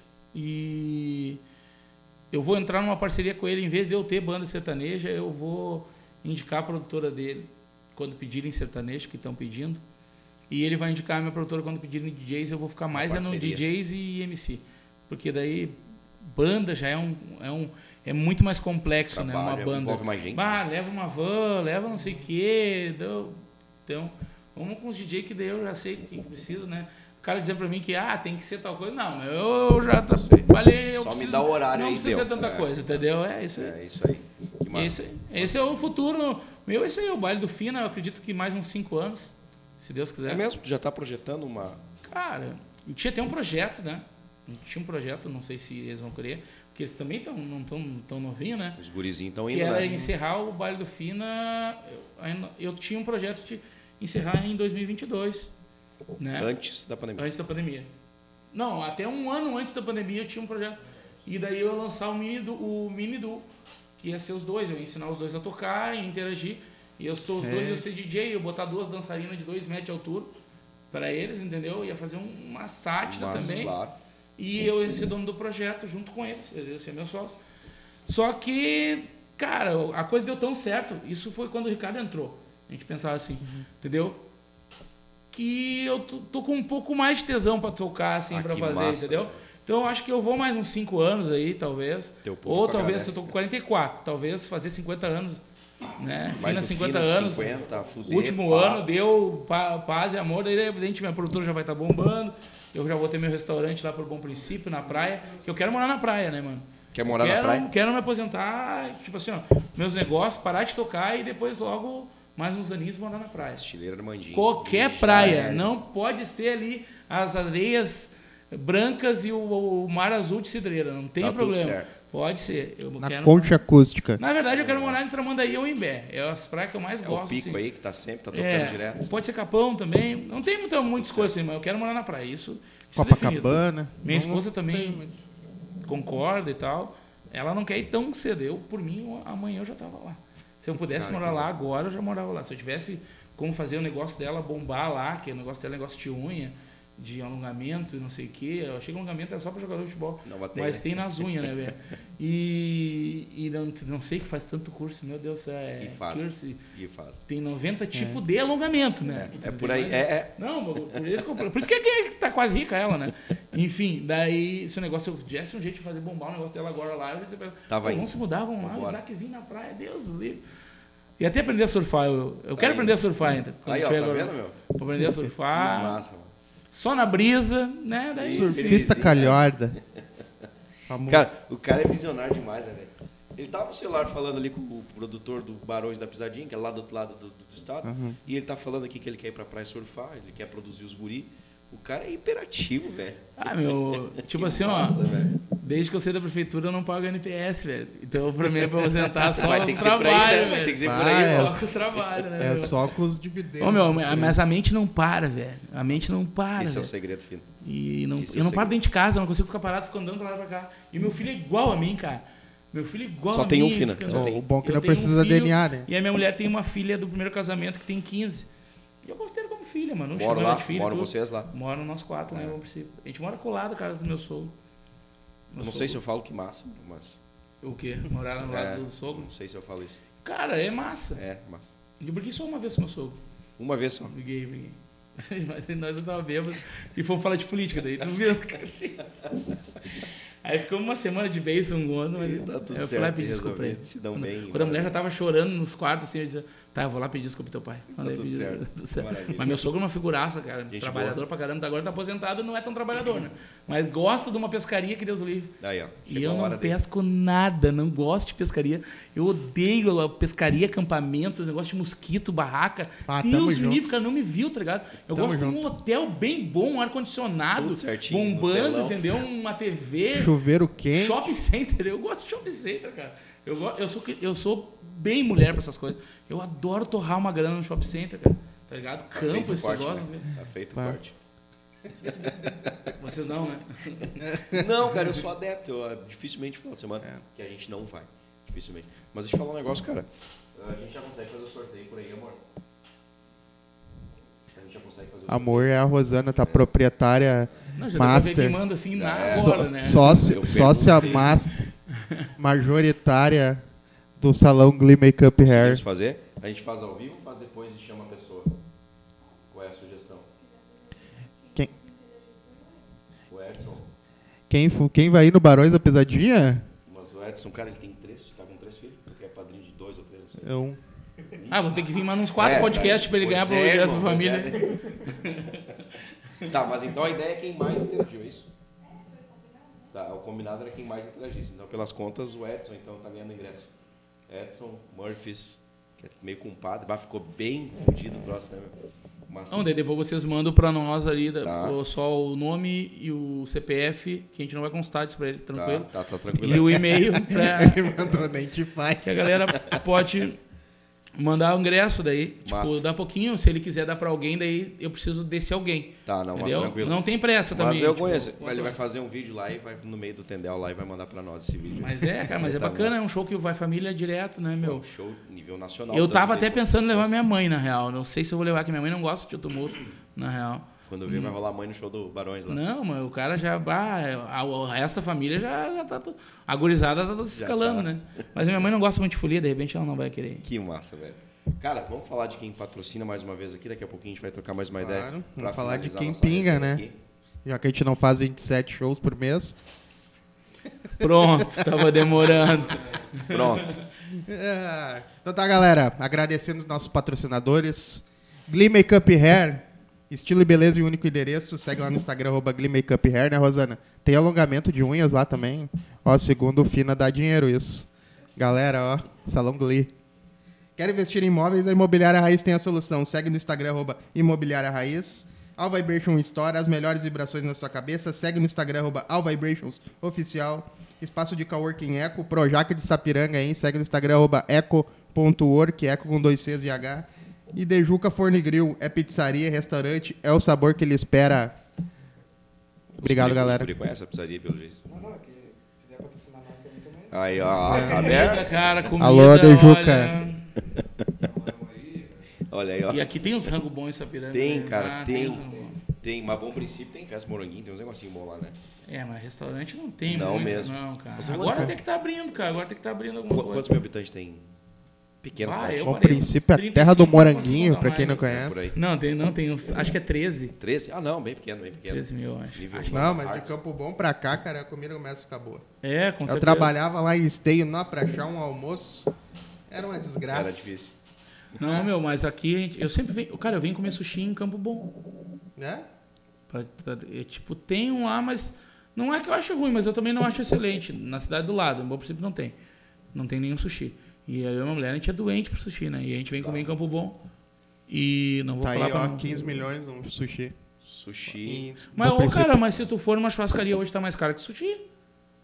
e eu vou entrar numa parceria com ele, em vez de eu ter banda sertaneja, eu vou indicar a produtora dele quando pedirem sertanejo, que estão pedindo. E ele vai indicar a minha produtora quando pedirem D Js, eu vou ficar mais é no D Js e M C. Porque daí banda já é um, é um é muito mais complexo, Trabalho, né? Uma banda. envolve mais gente. Bah, leva uma van, leva não sei o quê. Então, então, vamos com os D J que daí eu já sei o que precisa, né? O cara dizendo pra mim que ah, tem que ser tal coisa. Não, eu já tá, falei, eu Só preciso, me dá o horário não aí, precisa deu. ser tanta É. coisa, entendeu? É isso aí. É isso aí. Que massa. Esse, esse é o futuro. Meu, esse aí é o baile do Fina, eu acredito que mais uns cinco anos, se Deus quiser. É mesmo? Tu já está projetando uma... Cara, a gente ia ter um projeto, né? A gente tinha um projeto, não sei se eles vão querer, porque eles também tão, não estão tão novinhos, né? Os gurizinhos estão Que indo, era né? encerrar o baile do Fina. Eu, eu tinha um projeto de encerrar em dois mil e vinte e dois, né? Antes da pandemia. Antes da pandemia. Não, até um ano antes da pandemia eu tinha um projeto. E daí eu ia lançar o Mini Du, o Mini Du, que ia ser os dois, eu ia ensinar os dois a tocar e interagir. E eu sou os É. dois, eu ser D J, eu ia botar duas dançarinas de dois metros de altura para eles, entendeu? Eu ia fazer um, uma sátira Mas, também. claro. E eu ia ser dono do projeto junto com eles, eles iam ser meus sócios. Só que, cara, a coisa deu tão certo, isso foi quando o Ricardo entrou. A gente pensava assim, Uhum. entendeu? Que eu tô, tô com um pouco mais de tesão para tocar, assim, Ah, para que fazer, massa, entendeu? velho. Então eu acho que eu vou mais uns cinco anos aí, talvez. Teu Ou público talvez, agradece, eu tô com né? quarenta e quatro, talvez fazer cinquenta anos, né? Mais Fina do cinquenta Fina, anos. cinquenta, fuder, Último pá. ano deu pa- paz e amor, daí de repente minha produtora já vai estar bombando. Eu já vou ter meu restaurante lá por Bom Princípio, na praia. Que eu quero morar na praia, né, mano? Quer morar quero, na praia? Quero me aposentar, tipo assim, ó, meus negócios, parar de tocar e depois logo, mais uns aninhos, morar na praia. Estileira Armandinho. Qualquer Já praia, era. não pode ser ali as areias brancas e o, o mar azul de cidreira, não tem Tá tudo problema. certo. Pode ser. Eu Na quero... concha acústica. Na verdade, eu quero morar em Tramandaí ou em Bé. É as praias que eu mais É o gosto. pico assim. aí que tá sempre, tá tocando É, direto. pode ser Capão também. Não tem muita, muitas coisas assim, mas eu quero morar na praia. Isso, isso é definido. Copacabana. Minha Não- esposa não também tem muito. concorda e tal. Ela não quer ir tão cedo. Eu, por mim, amanhã eu já estava lá. Se eu pudesse Cara, morar que lá agora, eu já morava lá. Se eu tivesse como fazer o negócio dela bombar lá, que o negócio dela é negócio de unha, de alongamento e não sei o quê. Eu achei que alongamento era só para jogador de futebol. Não, mas tem, mas né? tem nas unhas, né, velho? E, e não, não sei que faz tanto curso. Meu Deus, é E faz. curso. E faz. Tem noventa tipos de alongamento, né? É, é por aí. É, é. Não, por isso, que eu- por isso que é que tá quase rica ela, né? Enfim, daí, se o negócio, eu tivesse um jeito de fazer bombar o negócio dela agora lá, eu ia dizer pra ela, Tava pô, indo. vamos se mudar, vamos lá, um Vambora. Isaaczinho na praia, Deus o livre. E até aprender a surfar, eu, eu quero Aí. aprender a surfar ainda. quando Aí, ó, tiver tá agora- vendo, meu? Pra aprender a Que surfar, massa, mano. só na brisa, né? Daí, Surfista Felizinho, calhorda. Famoso. Cara, o cara é visionário demais, né, velho? Ele tava no celular falando ali com o produtor do Barões da Pisadinha, que é lá do outro lado do, do- do estado, Uhum. e ele tá falando aqui que ele quer ir pra praia surfar, ele quer produzir os guri. O cara é hiperativo, velho. ah, meu, tipo Que assim, massa, ó, velho. desde que eu saí da prefeitura eu não pago N P S, velho. Então, pra mim, pra aposentar, só Vai ter o que ser por aí, trabalho, né? Vai velho. ter que ser por Vai, aí, é. ó. Só com o trabalho, né? É meu? só com os dividendos. Ô, meu, mas a mente não para, velho. A mente não para. Esse é o velho. segredo, filho. E não, Esse é eu o não paro segredo. dentro de casa, eu não consigo ficar parado, fico andando pra lá e pra cá. E meu filho é igual a mim, cara. Meu filho igual Só a tem um, mim, Fina, fica- só tem. O bom é que Eu não tenho um precisa filho D N A, né? E a minha mulher tem uma filha do primeiro casamento que tem quinze. E eu considero como filha, mano. Não Moro chamo ela lá, de filha. moram tudo. vocês lá. Moro nós quatro, né? vamos princípio. A gente mora colado na casa do meu sogro. Eu Meu não sei se sogro- eu falo que massa, mas... O quê? Morar lá no lado É, do sogro? não sei se eu falo isso. Cara, é massa. É, massa. Eu briguei só uma vez com meu sogro. Uma vez só. Briguei, briguei. Mas nós estávamos bêbados e fomos falar de política daí. Tu viu? Aí ficamos uma semana de beijo um ano, mas Tá tudo eu fui certo, lá pedir desculpa pra ele. resolvido, se dão quando, bem, quando a mulher já tava chorando nos quartos, assim, eu dizia, tá, eu vou lá pedir desculpa pro teu pai. Tá Mandei tudo pedir- certo. tudo certo. Maravilha. Mas meu sogro é uma figuraça, cara. Gente trabalhador boa. pra caramba, agora tá aposentado, não é tão trabalhador, né? Mas gosta de uma pescaria que Deus o livre. Aí, ó. E chegou eu a não hora dele. pesco nada, não gosto de pescaria. Eu odeio a pescaria, acampamentos, negócio de mosquito, barraca. Ah, tamo Deus me junto. livre, cara, não me viu, tá ligado? Eu Tamo gosto de um junto. hotel bem bom, um ar-condicionado, Tudo certinho, bombando, Nutelão. entendeu? Uma T V, Chuveiro quente. shopping center. Eu gosto de shopping center, cara. Eu, go- eu, sou, eu sou bem mulher pra essas coisas. Eu adoro torrar uma grana no shopping center, cara. Tá ligado? Tá feito Campo, o esses corte, negócios. né? Tá feito o Vai. corte. Vocês não, né? Não, cara, eu sou adepto. Eu, ah, dificilmente final de semana É. que a gente não vai. Dificilmente. Mas deixa eu falar um negócio, cara. A gente já consegue fazer o sorteio por aí, amor. A gente já consegue fazer o Amor é a Rosana, tá proprietária Não, já deu pra ver master. quem manda assim na É. hora, Só- né? Sócia, Eu sócia perguntei. master, majoritária do salão Glee Makeup Hair. Conseguimos fazer? A gente faz ao vivo ou faz depois e chama a pessoa? Qual é a sugestão? Quem, O Edson. quem, fu- quem vai ir no Barões da Pesadinha? Mas o Edson, cara, ele tem três, tá com três filhos. Tu que é padrinho de dois ou três, não sei. É um. Ah, vou ter que vir mais uns quatro É, podcasts pra ele pois ganhar pro é, ingresso irmão, pra pois família. é. Tá, mas então a ideia é quem mais interagiu, é isso? Tá, o combinado era quem mais interagisse. Então, pelas contas, o Edson então tá ganhando ingresso. Edson, Murphys, que é meio compadre. Bah, ficou bem fudido o troço, né, meu? Mas... Não, daí depois vocês mandam pra nós ali da- Tá. o- só o nome e o C P F, que a gente não vai constar disso pra ele, tranquilo. Tá, tá, tá tranquilo. E o e-mail pra Ele mandou nem te faz. que a galera pode mandar o ingresso daí. Massa. Tipo, dá pouquinho, se ele quiser dar pra alguém, daí eu preciso desse alguém. Tá, não, mas entendeu? tranquilo. Não tem pressa também. Mas eu tipo, conheço. quanto Ele vai antes. fazer um vídeo lá e vai no meio do Tendel lá e vai mandar pra nós esse vídeo. Mas é, cara, mas é Tá bacana, é massa. um show que vai família direto, né, É meu? um show nível nacional. Eu tanto tava de até pensando em levar proporções. minha mãe, na real. Não sei se eu vou levar, porque minha mãe não gosta de tumulto, na real. Quando vir, vai rolar a mãe no show do Barões lá. Não, mas o cara já. Ah, a, a, essa família já, já tá. to- A gurizada tá toda se Já escalando, tá. né? Mas a minha mãe não gosta muito de folia, de repente ela não vai querer. Que massa, velho. Cara, vamos falar de quem patrocina mais uma vez aqui. Daqui a pouquinho a gente vai trocar mais uma Claro, ideia. vamos pra falar de finalizar quem nossa pinga, resenha né? aqui. Já que a gente não faz vinte e sete shows por mês. Pronto, tava demorando. Pronto. É, então tá, galera. Agradecendo os nossos patrocinadores. Glee Makeup Hair. Estilo e beleza em um único endereço. Segue lá no Instagram, arroba Glee Makeup Hair, né, Rosana? Tem alongamento de unhas lá também. Ó, segundo o Fina, dá dinheiro isso. Galera, ó, Salão Glee. Quer investir em imóveis? A Imobiliária Raiz tem a solução. Segue no Instagram, arroba Imobiliária Raiz. All Vibration Store, as melhores vibrações na sua cabeça. Segue no Instagram, arroba All Vibrations Oficial. Espaço de Coworking Eco, Projac de Sapiranga, hein? Segue no Instagram, arroba eco.work, eco com dois Cs e H. E Dejuca Forne Grill, é pizzaria, restaurante, é o sabor que ele espera. Obrigado, Os guri- galera. Os guri conhecem a pizzaria, pelo jeito. Não, não, que quiser patrocinar nós também também. Aí, ó, tá Comida, aberto? cara, comida. Alô, Dejuca. olha. Olha aí, ó. E aqui tem uns rango bons em Sapiranga. Tem, né? cara, Ah, tem. uns rango bom. Tem, mas bom princípio tem festa moranguinho, tem uns negocinhos bons lá, né? É, mas restaurante não tem Não muito, mesmo. não, cara. Você Agora pode- tem que estar abrindo, cara. Agora tem que estar abrindo alguma Qu- coisa. Quantos mil habitantes tem? Pequena Ah, cidade. eu Bom morei princípio, a trinta e terra do cinco, não posso moranguinho, contar pra quem não mais. É, por conhece. aí. Não, tem, não, tem uns. Acho que é treze. treze? Ah, não, bem pequeno, bem pequeno. treze mil, acho. Nível Acho que- Não, mas de Arts. Campo Bom pra cá, cara, a comida começa a ficar boa. É, com Eu certeza. trabalhava lá em Esteio, não, pra achar um almoço. Era uma desgraça. Era difícil. Não, meu, mas aqui a gente- eu sempre venho. Cara, eu venho comer sushi em Campo Bom. Né? Pra- pra- é, tipo, tem um lá, mas. Não é que eu acho ruim, mas eu também não acho excelente. Na cidade do lado, em Bom Princípio não tem. Não tem nenhum sushi. E aí eu e minha mulher, a gente é doente pro sushi, né? E a gente vem comer em Campo Bom. E não vou Tá falar aí, pra ó, não. quinze milhões no sushi. Sushi. Em- Mas, no ô, princípio- cara, mas se tu for numa churrascaria hoje tá mais caro que sushi.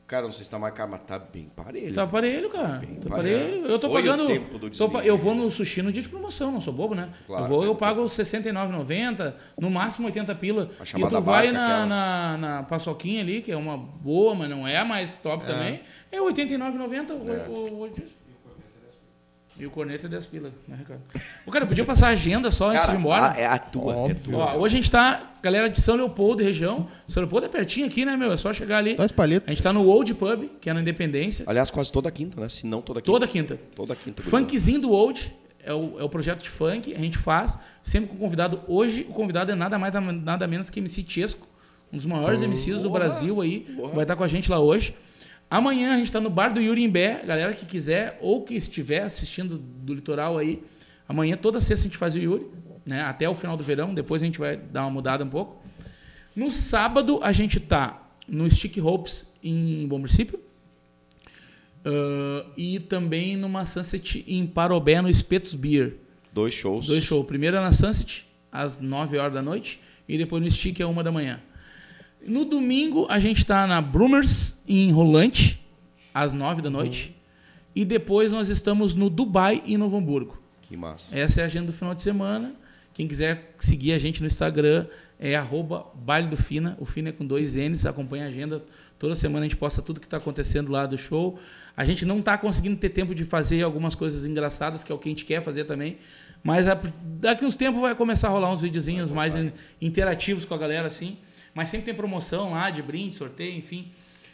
Cara, não sei se tá mais caro, mas tá bem parelho. Tá parelho, cara. Bem Tá parelho. parelho. Eu tô Foi o pagando. tempo do tô pa- desligue. eu vou no sushi no dia de promoção, não sou bobo, né? Claro, eu vou, eu né? pago sessenta e nove reais e noventa centavos, no máximo oitenta pila. A E chamada tu vai barca, na, aquela. na, na paçoquinha ali, que é uma boa, mas não é a mais top também. É oitenta e nove reais e noventa centavos. É. o- o- o- E o corneta é dez pila, né, Ricardo? O cara podia passar a agenda só antes Cara, de ir embora. a- é a tua, é Óbvio. tua. Ó, hoje a gente tá, galera de São Leopoldo, região. São Leopoldo é pertinho aqui, né, meu? É só chegar ali. Dois palitos. A gente tá no Old Pub, que é na Independência. Aliás, quase toda quinta, né? Se não toda quinta. Toda quinta. Toda quinta. Funkzinho do Old é o, é o projeto de funk, a gente faz, sempre com convidado. Hoje, o convidado é nada mais, nada menos que M C Chesco, um dos maiores M Cs do Brasil aí. Vai estar com a gente lá hoje. Amanhã a gente está no bar do Yuri Imbé, galera que quiser ou que estiver assistindo do litoral aí. Amanhã, toda sexta, a gente faz o Yuri, né? Até o final do verão, depois a gente vai dar uma mudada um pouco. No sábado, a gente tá no Stick Hopes em Bom Princípio. Uh, e também numa Sunset em Parobé, no Espetos Beer. Dois shows. Dois shows. Primeiro é na Sunset, às nove horas da noite, e depois no Stick, é uma da manhã. No domingo, a gente está na Brumers, em Rolante, às nove da noite. Uhum. E depois nós estamos no Dubai e Novo Hamburgo. Que massa. Essa é a agenda do final de semana. Quem quiser seguir a gente no Instagram é arroba Baile do Fina. O Fina é com dois N's, acompanha a agenda. Toda semana a gente posta tudo que está acontecendo lá do show. A gente não está conseguindo ter tempo de fazer algumas coisas engraçadas, que é o que a gente quer fazer também. Mas a, daqui uns tempos vai começar a rolar uns videozinhos mais in, interativos com a galera, assim. Mas sempre tem promoção lá, de brinde, sorteio, enfim.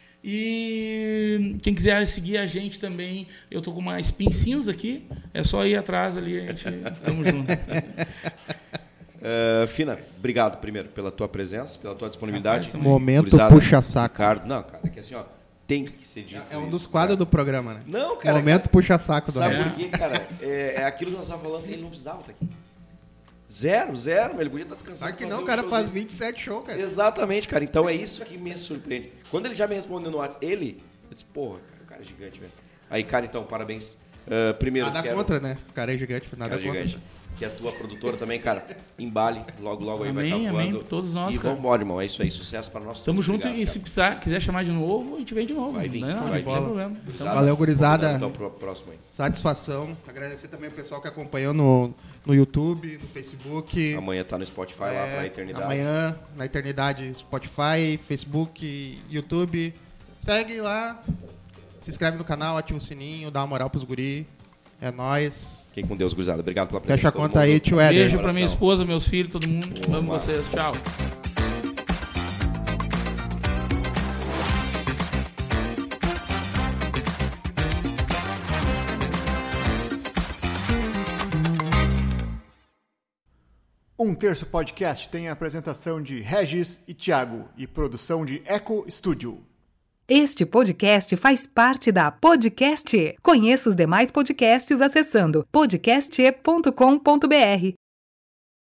E quem quiser seguir a gente também, eu tô com uma spin cinza aqui. É só ir atrás ali, a gente tamo junto. Uh, Fina, obrigado primeiro pela tua presença, pela tua disponibilidade. Rapaz, Momento Gurizada, puxa-saco. Ricardo, não, cara, é que assim, ó, tem que ser dito. É um isso, dos quadros cara. do programa, né? Não, cara. Momento puxa-saco do Sabe Renan. por quê, cara? É, é aquilo que nós estávamos falando, ele não precisava estar aqui. Zero, zero, ele podia estar descansando. Sabe que fazer não, o um cara show faz dele. vinte e sete shows, cara. Exatamente, cara. Então é isso que me surpreende. Quando ele já me respondeu no WhatsApp, ele, eu disse, porra, cara, o cara é gigante, velho. Aí, cara, então, parabéns. Uh, primeiro, Nada quero... contra, né? O cara é gigante, nada Cara contra. gigante. Que é a tua produtora também, cara. Embale, logo, logo aí vai Amém, estar voando. amém, todos nós, E cara. vamos embora, irmão. É isso aí, sucesso para nós. Tamo todos. junto. Obrigado, E cara. se precisar, quiser chamar de novo, a gente vem de novo. Vai vir, não, não, vai não tem vir. problema. Gurizada, Valeu, gurizada. Então, pro próximo aí. Satisfação. Agradecer também o pessoal que acompanhou no, no YouTube, no Facebook. Amanhã tá no Spotify lá É, pra eternidade. Amanhã, na eternidade, Spotify, Facebook, YouTube. Segue lá, se inscreve no canal, ativa o sininho, dá uma moral pros guri. É nóis. Fiquem com Deus, gurizada. Obrigado pela presença. Fecha a de todo conta mundo. aí, tio Éder. Beijo pra Coração. minha esposa, meus filhos, todo mundo. Boa, Amo massa. vocês. Tchau. Um Terço Podcast tem a apresentação de Regis e Thiago e produção de Eco Studio. Este podcast faz parte da Podcast E. Conheça os demais podcasts acessando podcast e ponto com ponto br.